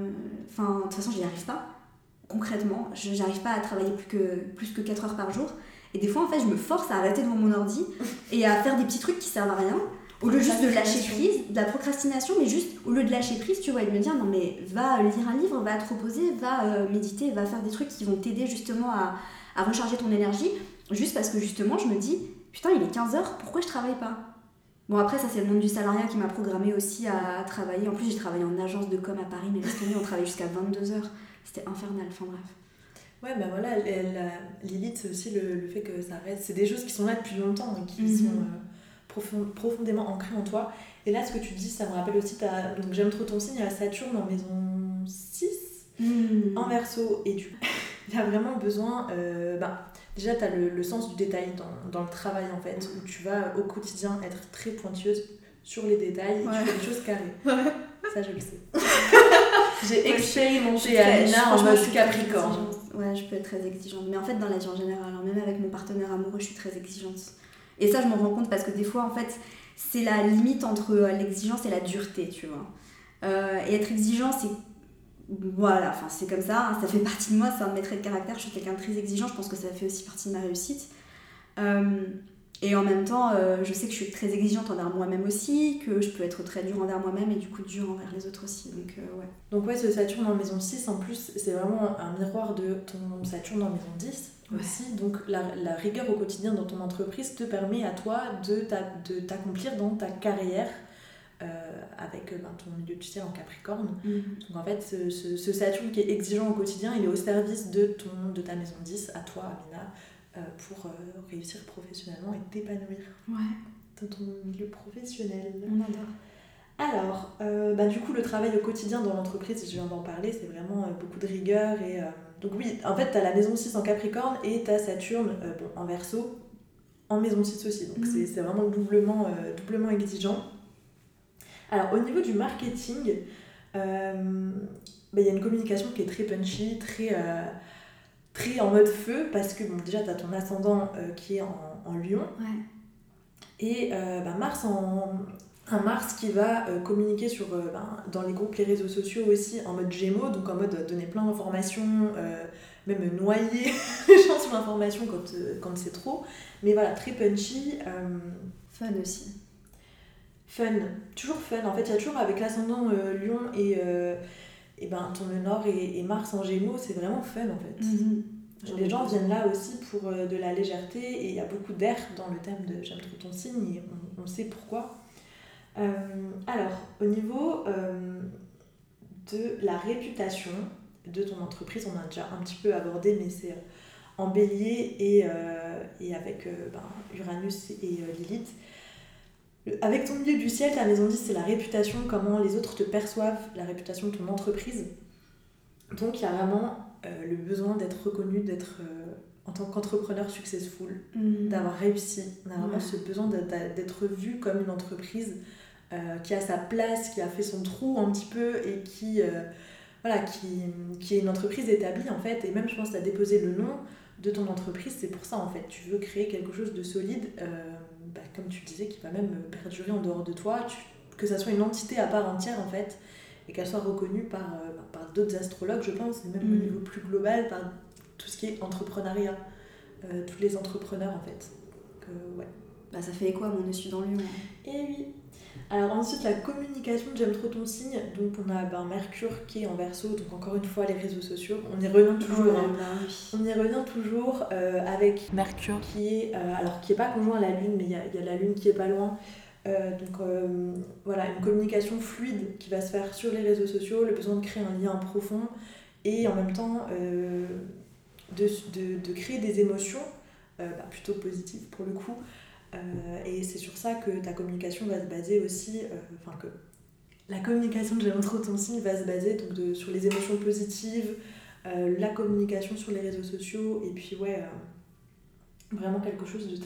De toute façon, j'y arrive pas. Concrètement, j'arrive pas à travailler plus que 4 heures par jour. Et des fois, en fait, je me force à arrêter devant mon ordi et à faire des petits trucs qui servent à rien. Au lieu juste de lâcher prise, de la procrastination, mais juste au lieu de lâcher prise, tu vois, et de me dire non, mais va lire un livre, va te reposer, va méditer, va faire des trucs qui vont t'aider justement à recharger ton énergie. Juste parce que justement, je me dis putain, il est 15h, pourquoi je travaille pas ? Bon, après, ça, c'est le monde du salariat qui m'a programmé aussi à travailler. En plus, j'ai travaillé en agence de com à Paris, mais laisse tomber, on travaillait jusqu'à 22h. C'était infernal, enfin bref. Ouais, voilà, Lilith, c'est aussi le fait que ça reste. C'est des choses qui sont là depuis longtemps et qui sont profondément ancrées en toi. Et là, ce que tu dis, ça me rappelle aussi donc J'aime trop ton signe, il y a Saturne en maison 6, en Verseau. Et il y a vraiment besoin. Déjà, tu as le sens du détail dans le travail, en fait, où tu vas au quotidien être très pointueuse sur les détails et tu fais des choses carrées. Ouais. Ça, je le sais. J'ai expérimenté Alina en mode Capricorne. Ouais, je peux être très exigeante. Mais en fait, dans la vie en général, même avec mon partenaire amoureux, je suis très exigeante. Et ça, je m'en rends compte parce que des fois, en fait, c'est la limite entre l'exigence et la dureté, tu vois. Et être exigeant, c'est... Voilà, enfin, c'est comme ça, hein, ça fait partie de moi, c'est un de mes traits de caractère. Je suis quelqu'un de très exigeant, je pense que ça fait aussi partie de ma réussite. Et en même temps, je sais que je suis très exigeante envers moi-même aussi, que je peux être très dure envers moi-même et du coup dure envers les autres aussi. Donc ouais, ce Saturne en maison 6, en plus, c'est vraiment un miroir de ton Saturne en maison 10 aussi. Donc la rigueur au quotidien dans ton entreprise te permet à toi de t'accomplir dans ta carrière avec ton milieu du ciel en Capricorne. Donc en fait, ce Saturne qui est exigeant au quotidien, il est au service de ta maison 10, à toi, Amina, pour réussir professionnellement et t'épanouir dans ton milieu professionnel. On adore. Alors, du coup, le travail au quotidien dans l'entreprise, je viens d'en parler, c'est vraiment beaucoup de rigueur. Donc oui, en fait, t'as la maison 6 en Capricorne et t'as Saturne en Verseau, en maison 6 aussi. Donc c'est vraiment doublement exigeant. Alors, au niveau du marketing, y a une communication qui est très punchy, très en mode feu, parce que déjà t'as ton ascendant qui est en Lion, et Mars un Mars qui va communiquer dans les groupes, les réseaux sociaux aussi en mode Gémeaux, donc en mode donner plein d'informations, même noyer les gens sur l'information quand c'est trop, mais voilà, très punchy. Fun aussi. Fun, toujours fun, en fait il y a toujours avec l'ascendant Lion et ton nœud nord et Mars en Gémeaux, c'est vraiment fun en fait. Les gens viennent là aussi pour de la légèreté et il y a beaucoup d'air dans le thème de J'aime trop ton signe et on sait pourquoi. Alors, au niveau de la réputation de ton entreprise, on a déjà un petit peu abordé, mais c'est en bélier et avec Uranus et Lilith. Avec ton milieu du ciel, ta maison 10, c'est la réputation, comment les autres te perçoivent, la réputation de ton entreprise. Donc il y a vraiment le besoin d'être reconnu, d'être en tant qu'entrepreneur successful, d'avoir réussi. On a vraiment ce besoin d'être vu comme une entreprise qui a sa place, qui a fait son trou un petit peu et qui est une entreprise établie en fait. Et même je pense que tu as déposé le nom de ton entreprise, c'est pour ça en fait. Tu veux créer quelque chose de solide, comme tu disais, qui va même perdurer en dehors de toi, que ça soit une entité à part entière en fait, et qu'elle soit reconnue par d'autres astrologues, je pense, et même au niveau plus global, par tout ce qui est entrepreneuriat, tous les entrepreneurs en fait. Ouais. Ça fait écho à mon nœud sud en Lion. Et oui. Alors ensuite, la communication, j'aime trop ton signe. Donc on a Mercure qui est en Verseau, donc encore une fois les réseaux sociaux. On y revient toujours. On y revient toujours avec Mercure qui est pas conjoint à la Lune, mais il y a la Lune qui est pas loin. Voilà, une communication fluide qui va se faire sur les réseaux sociaux, le besoin de créer un lien profond et en même temps de créer des émotions plutôt positives pour le coup. Et c'est sur ça que ta communication va se baser aussi, que la communication de J'aime trop ton signe va se baser donc sur les émotions positives, la communication sur les réseaux sociaux, et puis vraiment quelque chose de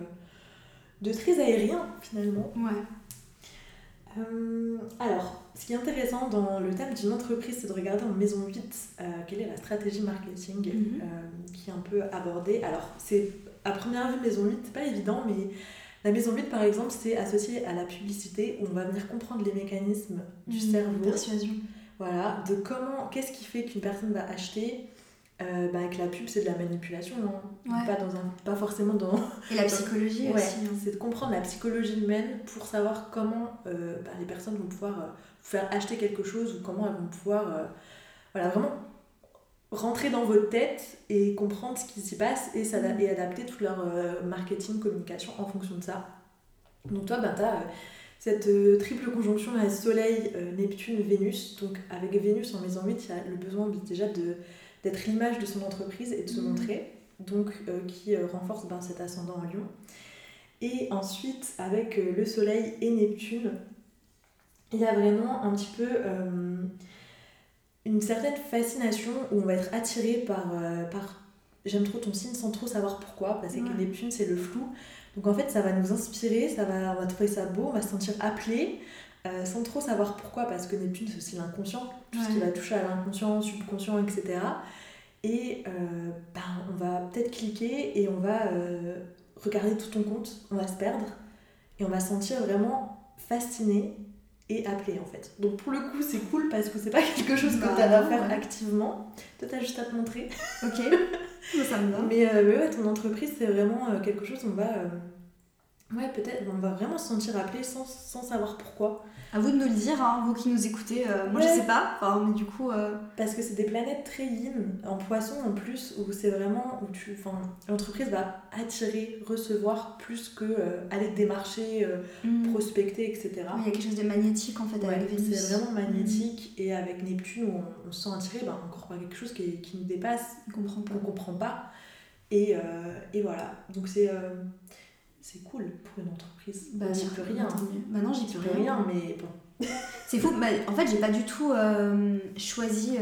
très aérien finalement. Ouais. Alors, ce qui est intéressant dans le thème d'une entreprise, c'est de regarder en maison 8 quelle est la stratégie marketing qui est un peu abordée. Alors, c'est à première vue, maison 8, c'est pas évident, mais la maison 8, par exemple, c'est associé à la publicité, où on va venir comprendre les mécanismes du cerveau. Persuasion. Voilà, qu'est-ce qui fait qu'une personne va acheter. Avec la pub, c'est de la manipulation, hein. Pas forcément dans... Et la psychologie aussi. Hein. C'est de comprendre la psychologie humaine pour savoir comment les personnes vont pouvoir vous faire acheter quelque chose, ou comment elles vont pouvoir vraiment rentrer dans votre tête et comprendre ce qui s'y passe et adapter tout leur marketing, communication en fonction de ça. Donc toi, tu as cette triple conjonction là, Soleil, Neptune, Vénus. Donc avec Vénus en maison 8, il y a le besoin déjà d'être l'image de son entreprise et de se montrer, donc qui renforce cet ascendant en Lion. Et ensuite, avec le Soleil et Neptune, il y a vraiment un petit peu une certaine fascination où on va être attiré par J'aime trop ton signe sans trop savoir pourquoi, parce que Neptune c'est le flou. Donc en fait ça va nous inspirer, on va trouver ça beau, on va se sentir appelé sans trop savoir pourquoi, parce que Neptune c'est aussi l'inconscient, tout ce qui va toucher à l'inconscient, subconscient, etc. Et on va peut-être cliquer et on va regarder tout ton compte, on va se perdre et on va se sentir vraiment fasciné et appelé en fait. Donc pour le coup c'est cool parce que c'est pas quelque chose que t'as à faire activement, toi t'as juste à te montrer. Ok, ça me va. Mais ton entreprise c'est vraiment quelque chose où on va on va vraiment se sentir appelé sans savoir pourquoi. À vous de nous le dire, hein, vous qui nous écoutez. Moi je sais pas, mais du coup... Parce que c'est des planètes très yin, en poisson en plus, où c'est vraiment l'entreprise va attirer, recevoir plus que aller démarcher, prospecter, etc. Il y a quelque chose de magnétique en fait avec Vénus. C'est vraiment magnétique, et avec Neptune où on se sent attiré encore par quelque chose qui nous dépasse, qu'on comprend pas. Et voilà, donc c'est cool pour une entreprise. J'y peux rien. Non, j'y peux rien, mais bon. C'est fou, en fait j'ai pas du tout choisi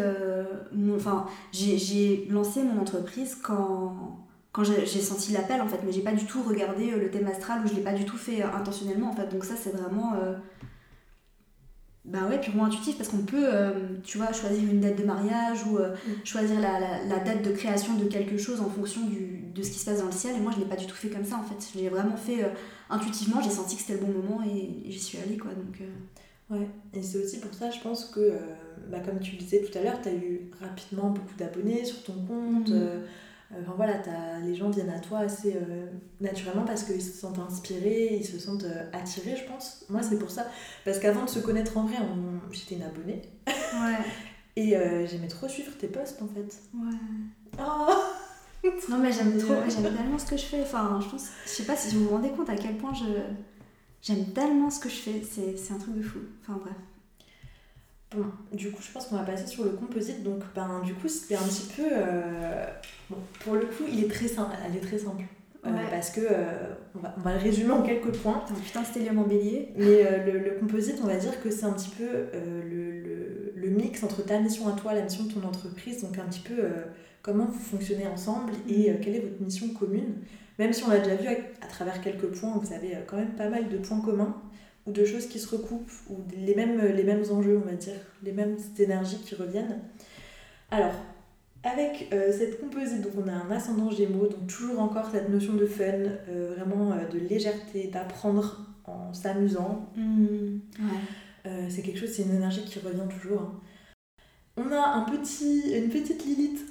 j'ai lancé mon entreprise quand j'ai senti l'appel en fait, mais j'ai pas du tout regardé le thème astral, ou je l'ai pas du tout fait intentionnellement en fait, donc ça c'est vraiment purement intuitif, parce qu'on peut choisir une date de mariage ou choisir la date de création de quelque chose en fonction de ce qui se passe dans le ciel, et moi je l'ai pas du tout fait comme ça en fait, je l'ai vraiment fait intuitivement, j'ai senti que c'était le bon moment et j'y suis allée quoi, donc Ouais, et c'est aussi pour ça je pense que comme tu le disais tout à l'heure, tu as eu rapidement beaucoup d'abonnés sur ton compte. Les gens viennent à toi assez naturellement parce qu'ils se sentent inspirés, ils se sentent attirés, je pense. Moi c'est pour ça, parce qu'avant de se connaître en vrai, j'étais une abonnée. Et j'aimais trop suivre tes posts en fait. Non mais j'aime tellement ce que je fais, je sais pas si vous vous rendez compte à quel point J'aime tellement ce que je fais, c'est un truc de fou. Enfin bref. Bon, du coup, je pense qu'on va passer sur le composite. Donc, du coup, c'était un petit peu... Bon, pour le coup, elle est très simple. Parce que on va le résumer en quelques points. T'as un putain de stellium en bélier. Mais le composite, on va dire que c'est un petit peu le mix entre ta mission à toi, la mission de ton entreprise. Donc, un petit peu comment vous fonctionnez ensemble et quelle est votre mission commune. Même si on l'a déjà vu à travers quelques points, vous avez quand même pas mal de points communs ou de choses qui se recoupent ou les mêmes enjeux, on va dire, les mêmes énergies qui reviennent. Alors, avec cette composite, donc on a un ascendant Gémeaux, donc toujours encore cette notion de fun, vraiment de légèreté, d'apprendre en s'amusant. C'est quelque chose, c'est une énergie qui revient toujours. Hein. On a une petite Lilith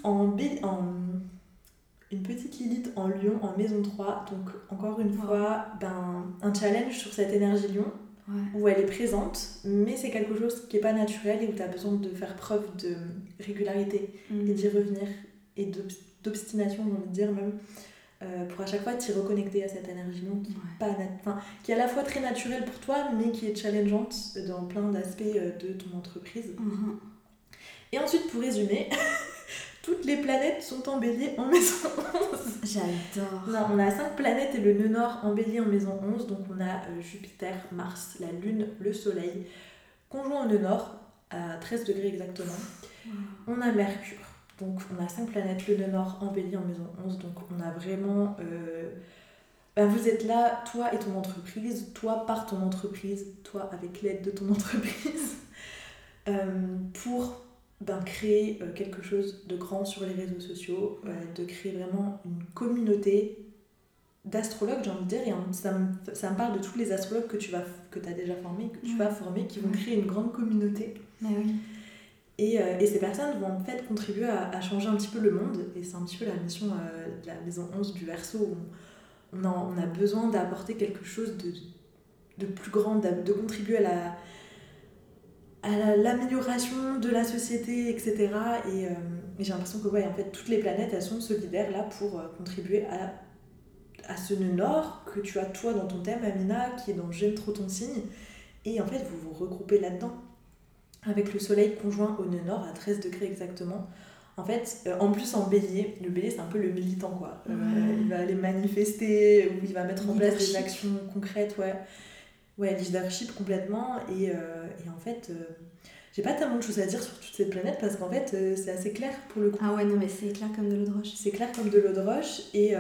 une petite Lilith en Lion, en maison 3, donc encore une fois, un challenge sur cette énergie Lion, où elle est présente, mais c'est quelque chose qui n'est pas naturel et où tu as besoin de faire preuve de régularité et d'y revenir, et d'obstination, j'ai envie de dire même, pour à chaque fois t'y reconnecter à cette énergie Lion qui est à la fois très naturelle pour toi, mais qui est challengeante dans plein d'aspects de ton entreprise. Et ensuite, pour résumer... Toutes les planètes sont en bélier en maison 11. J'adore. Non, on a 5 planètes et le nœud nord en bélier en maison 11. Donc on a Jupiter, Mars, la Lune, le Soleil, conjoint au nœud nord, à 13 degrés exactement. On a Mercure. Donc on a 5 planètes, le nœud nord en bélier en maison 11. Donc on a vraiment... vous êtes là, toi et ton entreprise, toi par ton entreprise, toi avec l'aide de ton entreprise, pour... créer quelque chose de grand sur les réseaux sociaux, de créer vraiment une communauté d'astrologues, j'ai envie de dire, et ça me parle de tous les astrologues que tu as déjà formés, que tu vas former, qui vont créer une grande communauté. Oui. Et ces personnes vont en fait contribuer à changer un petit peu le monde, et c'est un petit peu la mission de la maison 11 du Verseau, où on a besoin d'apporter quelque chose de plus grand, de contribuer à l'amélioration de la société, etc. Et j'ai l'impression que en fait, toutes les planètes, elles sont solidaires là pour contribuer à ce nœud nord que tu as toi dans ton thème, Amina, qui est dans J'aime trop ton signe. Et en fait, vous vous regroupez là-dedans. Avec le soleil conjoint au nœud nord, à 13 degrés exactement. En fait, en plus en bélier, le bélier c'est un peu le militant, quoi. Il va aller manifester, ou il va mettre en place des actions concrètes, leadership complètement. Et en fait, j'ai pas tellement de choses à dire sur toute cette planète parce qu'en fait, c'est assez clair pour le coup. Ah ouais, non, mais c'est clair comme de l'eau de roche. C'est clair comme de l'eau de roche. Et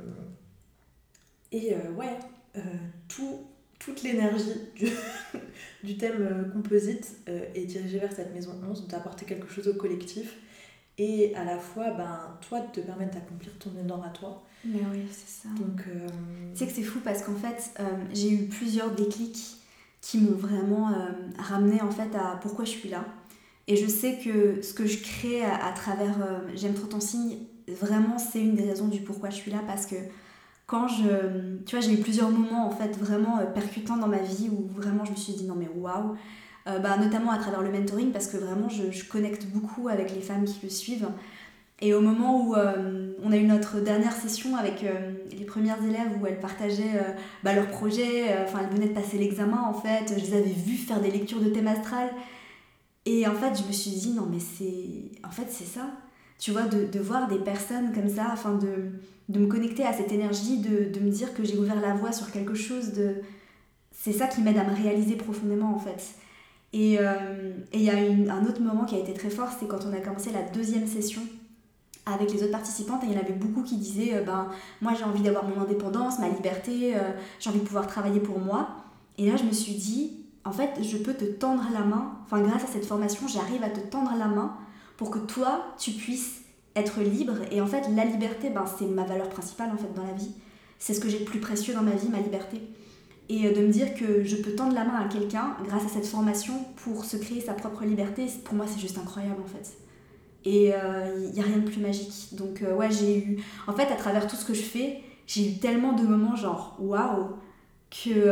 toute l'énergie du thème composite est dirigée vers cette maison 11, d'apporter quelque chose au collectif. Et à la fois, toi, de te permettre d'accomplir ton énorme à toi. Mais oui, c'est ça. Donc, tu sais que c'est fou parce qu'en fait, j'ai eu plusieurs déclics qui m'ont vraiment ramené en fait à pourquoi je suis là. Et je sais que ce que je crée à travers J'aime trop ton signe, vraiment c'est une des raisons du pourquoi je suis là, parce que quand tu vois, j'ai eu plusieurs moments en fait vraiment percutants dans ma vie où vraiment je me suis dit non mais waouh, notamment à travers le mentoring, parce que vraiment je connecte beaucoup avec les femmes qui le suivent. Et au moment où on a eu notre dernière session avec les premières élèves où elles partageaient leurs projets, elles venaient de passer l'examen en fait, je les avais vues faire des lectures de thème astral. Et en fait, je me suis dit, non mais c'est ça. Tu vois, de voir des personnes comme ça, de me connecter à cette énergie, de me dire que j'ai ouvert la voie sur quelque chose, c'est ça qui m'aide à me réaliser profondément en fait. Et il y a un autre moment qui a été très fort, c'est quand on a commencé la deuxième session avec les autres participantes, et il y en avait beaucoup qui disaient moi j'ai envie d'avoir mon indépendance, ma liberté, j'ai envie de pouvoir travailler pour moi. Et là je me suis dit, en fait je peux te tendre la main, grâce à cette formation j'arrive à te tendre la main pour que toi tu puisses être libre. Et en fait la liberté, c'est ma valeur principale en fait dans la vie, c'est ce que j'ai de plus précieux dans ma vie, ma liberté. Et de me dire que je peux tendre la main à quelqu'un grâce à cette formation pour se créer sa propre liberté, pour moi c'est juste incroyable en fait. Et il n'y a rien de plus magique. Donc j'ai eu... En fait, à travers tout ce que je fais, j'ai eu tellement de moments genre waouh, que...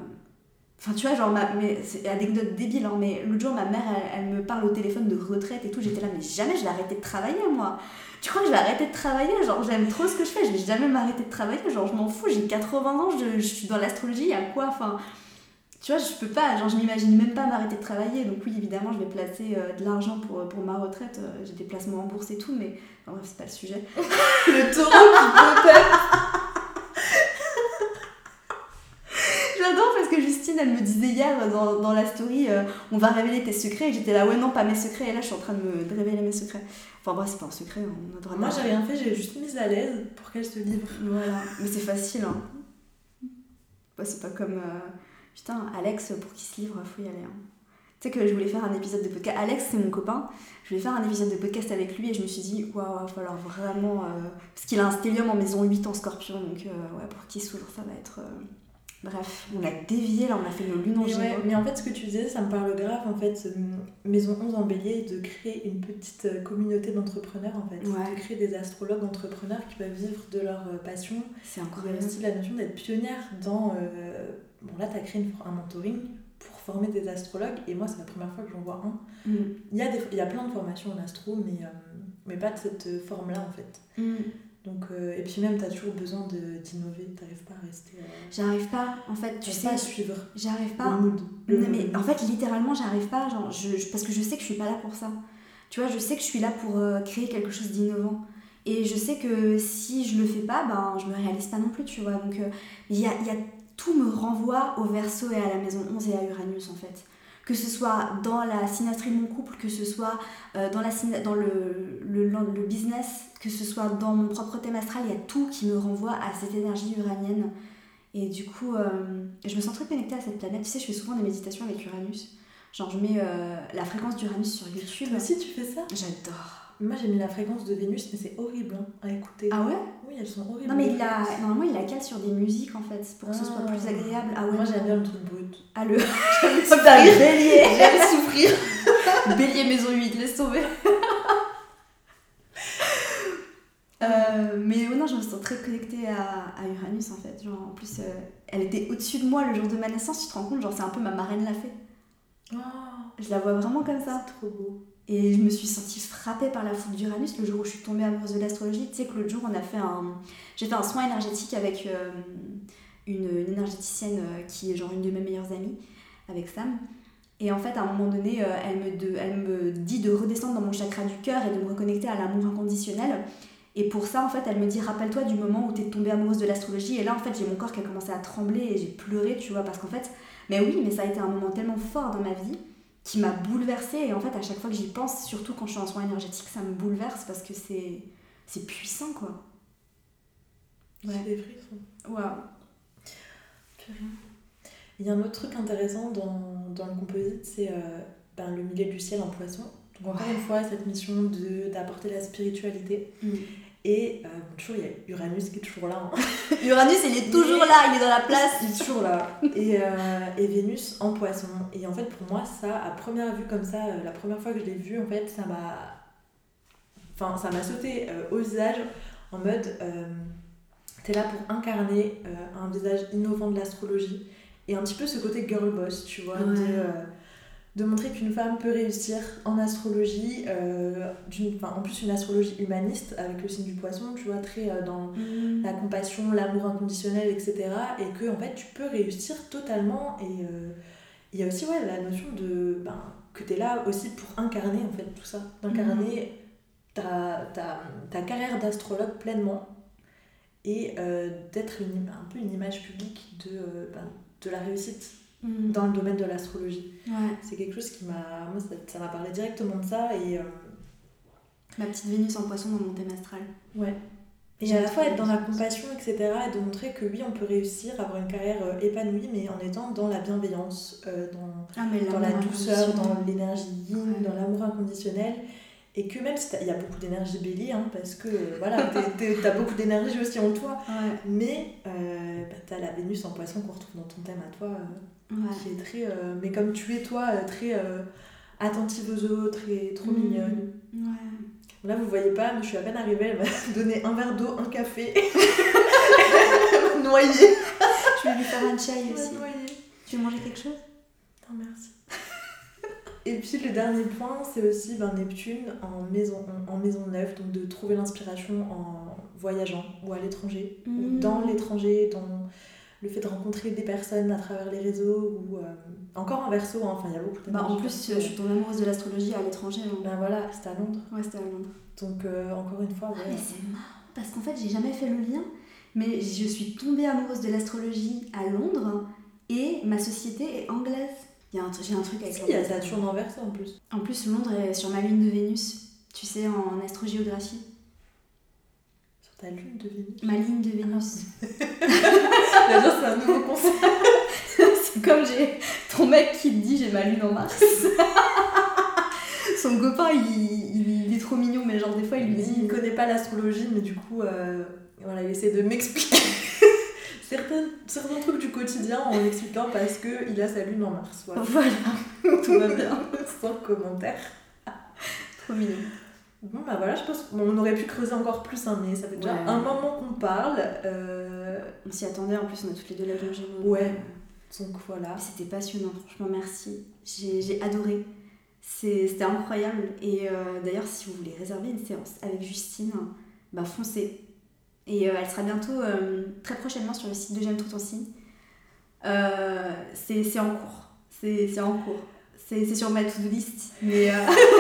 tu vois, mais c'est anecdote débile, hein, mais l'autre jour, ma mère, elle me parle au téléphone de retraite et tout. J'étais là, mais jamais je vais arrêter de travailler, moi. Tu crois que je vais arrêter de travailler? Genre, j'aime trop ce que je fais, je vais jamais m'arrêter de travailler. Genre, je m'en fous, j'ai 80 ans, je suis dans l'astrologie, il y a quoi? Tu vois, je peux pas, genre je m'imagine même pas m'arrêter de travailler, donc oui, évidemment, je vais placer de l'argent pour ma retraite, j'ai des placements en bourse et tout, mais enfin, bref, c'est pas le sujet. Le taureau qui peut pas. J'adore parce que Justine, elle me disait hier dans la story, on va révéler tes secrets, et j'étais là, ouais, non, pas mes secrets, et là, je suis en train de révéler mes secrets. Enfin, bref, c'est pas un secret, on a droit. Moi, j'ai rien fait, j'ai juste mise à l'aise pour qu'elle se livre. Voilà, mais c'est facile, hein. Ouais, c'est pas comme. Putain, Alex, pour qu'il se livre, faut y aller. Hein. Tu sais que je voulais faire un épisode de podcast. Alex, c'est mon copain. Je voulais faire un épisode de podcast avec lui et je me suis dit, waouh, il va falloir vraiment. Parce qu'il a un stellium en maison 8 en scorpion, donc ouais, pour qu'il s'ouvre, ça va être. Bref, on a dévié là, on a fait nos lunes en Gémeaux. Ouais, mais en fait, ce que tu disais, ça me parle grave. En fait, Maison 11 en Bélier, de créer une petite communauté d'entrepreneurs, en fait. Ouais. De créer des astrologues entrepreneurs qui peuvent vivre de leur passion. C'est Il y a incroyable. aussi la notion d'être pionnière dans. Bon, là, tu as créé un mentoring pour former des astrologues, et moi, c'est la première fois que j'en vois un. Il y a plein de formations en astro, mais pas de cette forme-là, en fait. Donc, et puis même, tu as toujours besoin d'innover, tu n'arrives pas à rester. J'arrive pas, en fait, tu sais. Pas à suivre J'arrive pas. le mood. Non, mais en fait, littéralement, j'arrive pas, genre, parce que je sais que je suis pas là pour ça. Tu vois, je sais que je suis là pour créer quelque chose d'innovant. Et je sais que si je le fais pas, ben, je me réalise pas non plus, tu vois. Donc, tout me renvoie au Verseau et à la maison 11 et à Uranus, en fait. Que ce soit dans la synastrie de mon couple, que ce soit dans le business, que ce soit dans mon propre thème astral, il y a tout qui me renvoie à cette énergie uranienne. Et du coup, je me sens très connectée à cette planète. Tu sais, je fais souvent des méditations avec Uranus. Genre, je mets la fréquence d'Uranus sur YouTube. Toi aussi, tu fais ça? J'adore. Moi, j'ai mis la fréquence de Vénus, mais c'est horrible à écouter. Ah ouais? Oui, elles sont horribles. Non, mais normalement, il la cale sur des musiques, en fait, pour que ce soit plus agréable. Ah ouais? Moi, j'aime bien le truc brut. Ah, le... Bélier. J'aime souffrir. Bélier maison 8, laisse tomber. Mais non, je me sens très connectée à Uranus, en fait. Genre, en plus, elle était au-dessus de moi le jour de ma naissance, tu te rends compte? Genre, c'est un peu ma marraine la fée. Oh, je la vois vraiment comme ça. C'est trop beau. Et je me suis sentie frappée par la foudre d'Uranus le jour où je suis tombée amoureuse de l'astrologie. Tu sais que l'autre jour, j'ai fait un soin énergétique avec une énergéticienne qui est genre une de mes meilleures amies, avec Sam. Et en fait, à un moment donné, elle me dit de redescendre dans mon chakra du cœur et de me reconnecter à l'amour inconditionnel. Et pour ça, en fait, elle me dit, rappelle-toi du moment où t'es tombée amoureuse de l'astrologie. Et là, en fait, j'ai mon corps qui a commencé à trembler et j'ai pleuré, tu vois, parce qu'en fait, mais oui, mais ça a été un moment tellement fort dans ma vie qui m'a bouleversée. Et en fait, à chaque fois que j'y pense, surtout quand je suis en soins énergétiques, ça me bouleverse parce que c'est puissant, quoi. Ouais. J'ai des frissons. Waouh. Il y a un autre truc intéressant dans le composite, c'est le milieu du ciel en poisson. Donc encore une fois, cette mission d'apporter la spiritualité. Et toujours, il y a Uranus qui est toujours là. Hein. Uranus, il est toujours là, il est dans la place. Il est toujours là. Et Vénus en poisson. Et en fait, pour moi, ça, à première vue comme ça, la première fois que je l'ai vu, en fait, ça m'a sauté au visage en mode t'es là pour incarner un visage innovant de l'astrologie. Et un petit peu ce côté girl boss, tu vois, de montrer qu'une femme peut réussir en astrologie, en plus une astrologie humaniste avec le signe du poisson, tu vois, très dans la compassion, l'amour inconditionnel, etc. Et que en fait tu peux réussir totalement. Et il y a aussi la notion de que tu es là aussi pour incarner en fait tout ça, d'incarner ta carrière d'astrologue pleinement et d'être un peu une image publique de la réussite. Dans le domaine de l'astrologie. C'est quelque chose qui ça m'a parlé directement de ça et ma petite Vénus en poisson dans mon thème astral. Et à la fois être dans la compassion, etc. et de montrer que oui, on peut réussir, avoir une carrière épanouie, mais en étant dans la bienveillance, dans la douceur, dans l'énergie yin, dans l'amour inconditionnel. Et que même si il y a beaucoup d'énergie bélier, hein, parce que t'as beaucoup d'énergie aussi en toi, mais t'as la Vénus en poisson qu'on retrouve dans ton thème à toi, qui est très, mais comme tu es toi, très attentive aux autres et trop mignonne. Là vous voyez pas, mais je suis à peine arrivée, elle m'a donné un verre d'eau, un café, noyé. Je vais lui faire un chai aussi. Tu veux manger quelque chose? Non merci. Et puis le dernier point, c'est aussi Neptune en maison 9, donc de trouver l'inspiration en voyageant ou à l'étranger, ou dans l'étranger, le fait de rencontrer des personnes à travers les réseaux ou encore en Verseau, hein. Enfin il y a beaucoup de en plus, je suis tombée amoureuse de l'astrologie à l'étranger. Hein. Ben voilà, c'était à Londres. Ouais, c'était à Londres. Donc encore une fois, ouais. Ah, mais c'est marrant parce qu'en fait, j'ai jamais fait le lien, mais je suis tombée amoureuse de l'astrologie à Londres et ma société est anglaise. J'ai un truc avec il y a Saturne en Verseau en plus. En plus, Londres est sur ma lune de Vénus, tu sais, en astrogéographie. Sur ta lune de Vénus? Ma ligne de Vénus. Déjà, c'est un nouveau concept. C'est comme j'ai ton mec qui te dit j'ai ma lune en Mars. Son copain, il est trop mignon, mais genre des fois il lui dit... Il connaît pas l'astrologie, mais du coup, voilà, il essaie de m'expliquer certains trucs du quotidien en m'expliquant parce qu'il a sa lune en Mars. Voilà. Tout va bien, sans commentaire. Trop mignon. Bon bah voilà, je pense qu'on aurait pu creuser encore plus, hein, mais ça fait déjà un moment qu'on parle. On s'y attendait, en plus on a toutes les deux la Lune Gémeaux. Ouais, donc voilà. Mais c'était passionnant, franchement merci. J'ai adoré. C'était incroyable. Et d'ailleurs, si vous voulez réserver une séance avec Justine, bah foncez. Et elle sera bientôt, très prochainement, sur le site de J'aime trop ton signe. C'est en cours. C'est en cours. C'est sur ma to-do list. Mais,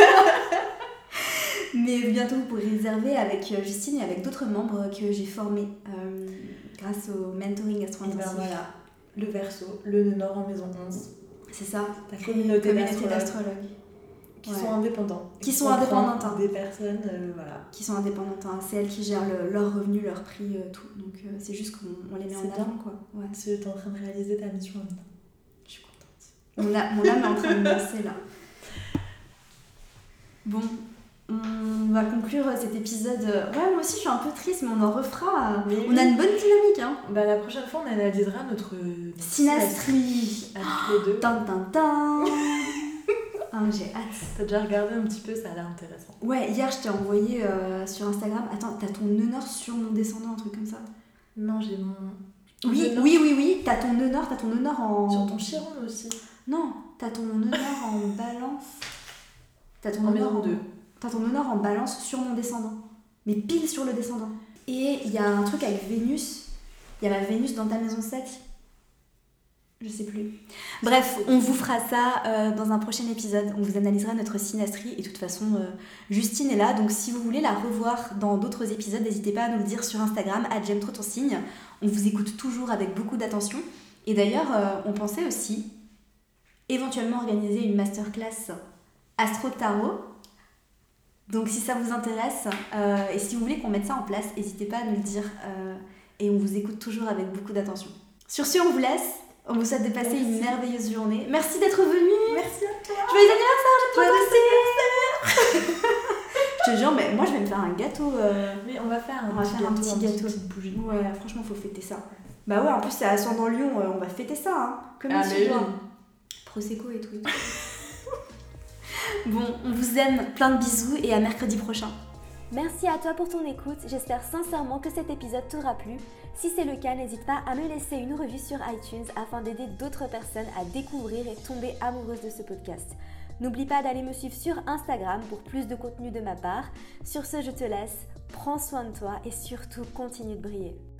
mais bientôt, vous pourrez réserver avec Justine et avec d'autres membres que j'ai formés grâce au mentoring astro-intensif. Ben voilà, le Verseau, le nœud nord en maison 11. C'est ça. Ta communauté d'astrologues. Qui sont indépendants. Qui sont indépendantes. Hein. Des personnes, voilà. Qui sont indépendantes. Hein. C'est elles qui gèrent leurs revenus, leur prix, tout. Donc c'est juste qu'on les met en avant, quoi. Ouais. Tu es en train de réaliser ta mission en même temps. Je suis contente. Mon âme est en train de danser, là. Bon, on va conclure cet épisode. Ouais, moi aussi je suis un peu triste, mais on en refera. Mais on a une bonne dynamique, hein. Bah, la prochaine fois, on analysera notre synastrie. Avec les deux. Tintintin. Ah, j'ai hâte. T'as déjà regardé un petit peu, ça a l'air intéressant. Ouais, hier je t'ai envoyé sur Instagram. Attends, t'as ton nœud nord sur mon descendant, un truc comme ça? Non, j'ai mon. Oui, t'as ton nœud nord en. Sur ton chiron aussi. Non, t'as ton nœud nord en balance. T'as ton en nœud maison nord 2. T'as ton nœud nord en balance sur mon descendant. Mais pile sur le descendant. Et il y a un truc avec Vénus. Il y a la Vénus dans ta maison 7. Je sais plus. Bref, on vous fera ça dans un prochain épisode. On vous analysera notre synastrie. Et de toute façon, Justine est là. Donc si vous voulez la revoir dans d'autres épisodes, n'hésitez pas à nous le dire sur Instagram, @j'aime trop ton signe. On vous écoute toujours avec beaucoup d'attention. Et d'ailleurs, on pensait aussi éventuellement organiser une masterclass Astro-Tarot. Donc si ça vous intéresse, et si vous voulez qu'on mette ça en place, n'hésitez pas à nous le dire. Et on vous écoute toujours avec beaucoup d'attention. Sur ce, on vous laisse. On vous souhaite de passer une merveilleuse journée. Merci d'être venu. Merci à toi. Joyeux anniversaire, j'ai trop dansé. Je te jure, mais moi je vais me faire un gâteau. Mais on va faire un petit gâteau. Petite bougie. Ouais, franchement, faut fêter ça. Bah ouais, en plus c'est ascendant Lyon, on va fêter ça, hein. Comme il se doit. Prosecco et tout. Bon, on vous aime, plein de bisous et à mercredi prochain. Merci à toi pour ton écoute, j'espère sincèrement que cet épisode t'aura plu. Si c'est le cas, n'hésite pas à me laisser une revue sur iTunes afin d'aider d'autres personnes à découvrir et tomber amoureuses de ce podcast. N'oublie pas d'aller me suivre sur Instagram pour plus de contenu de ma part. Sur ce, je te laisse, prends soin de toi et surtout continue de briller.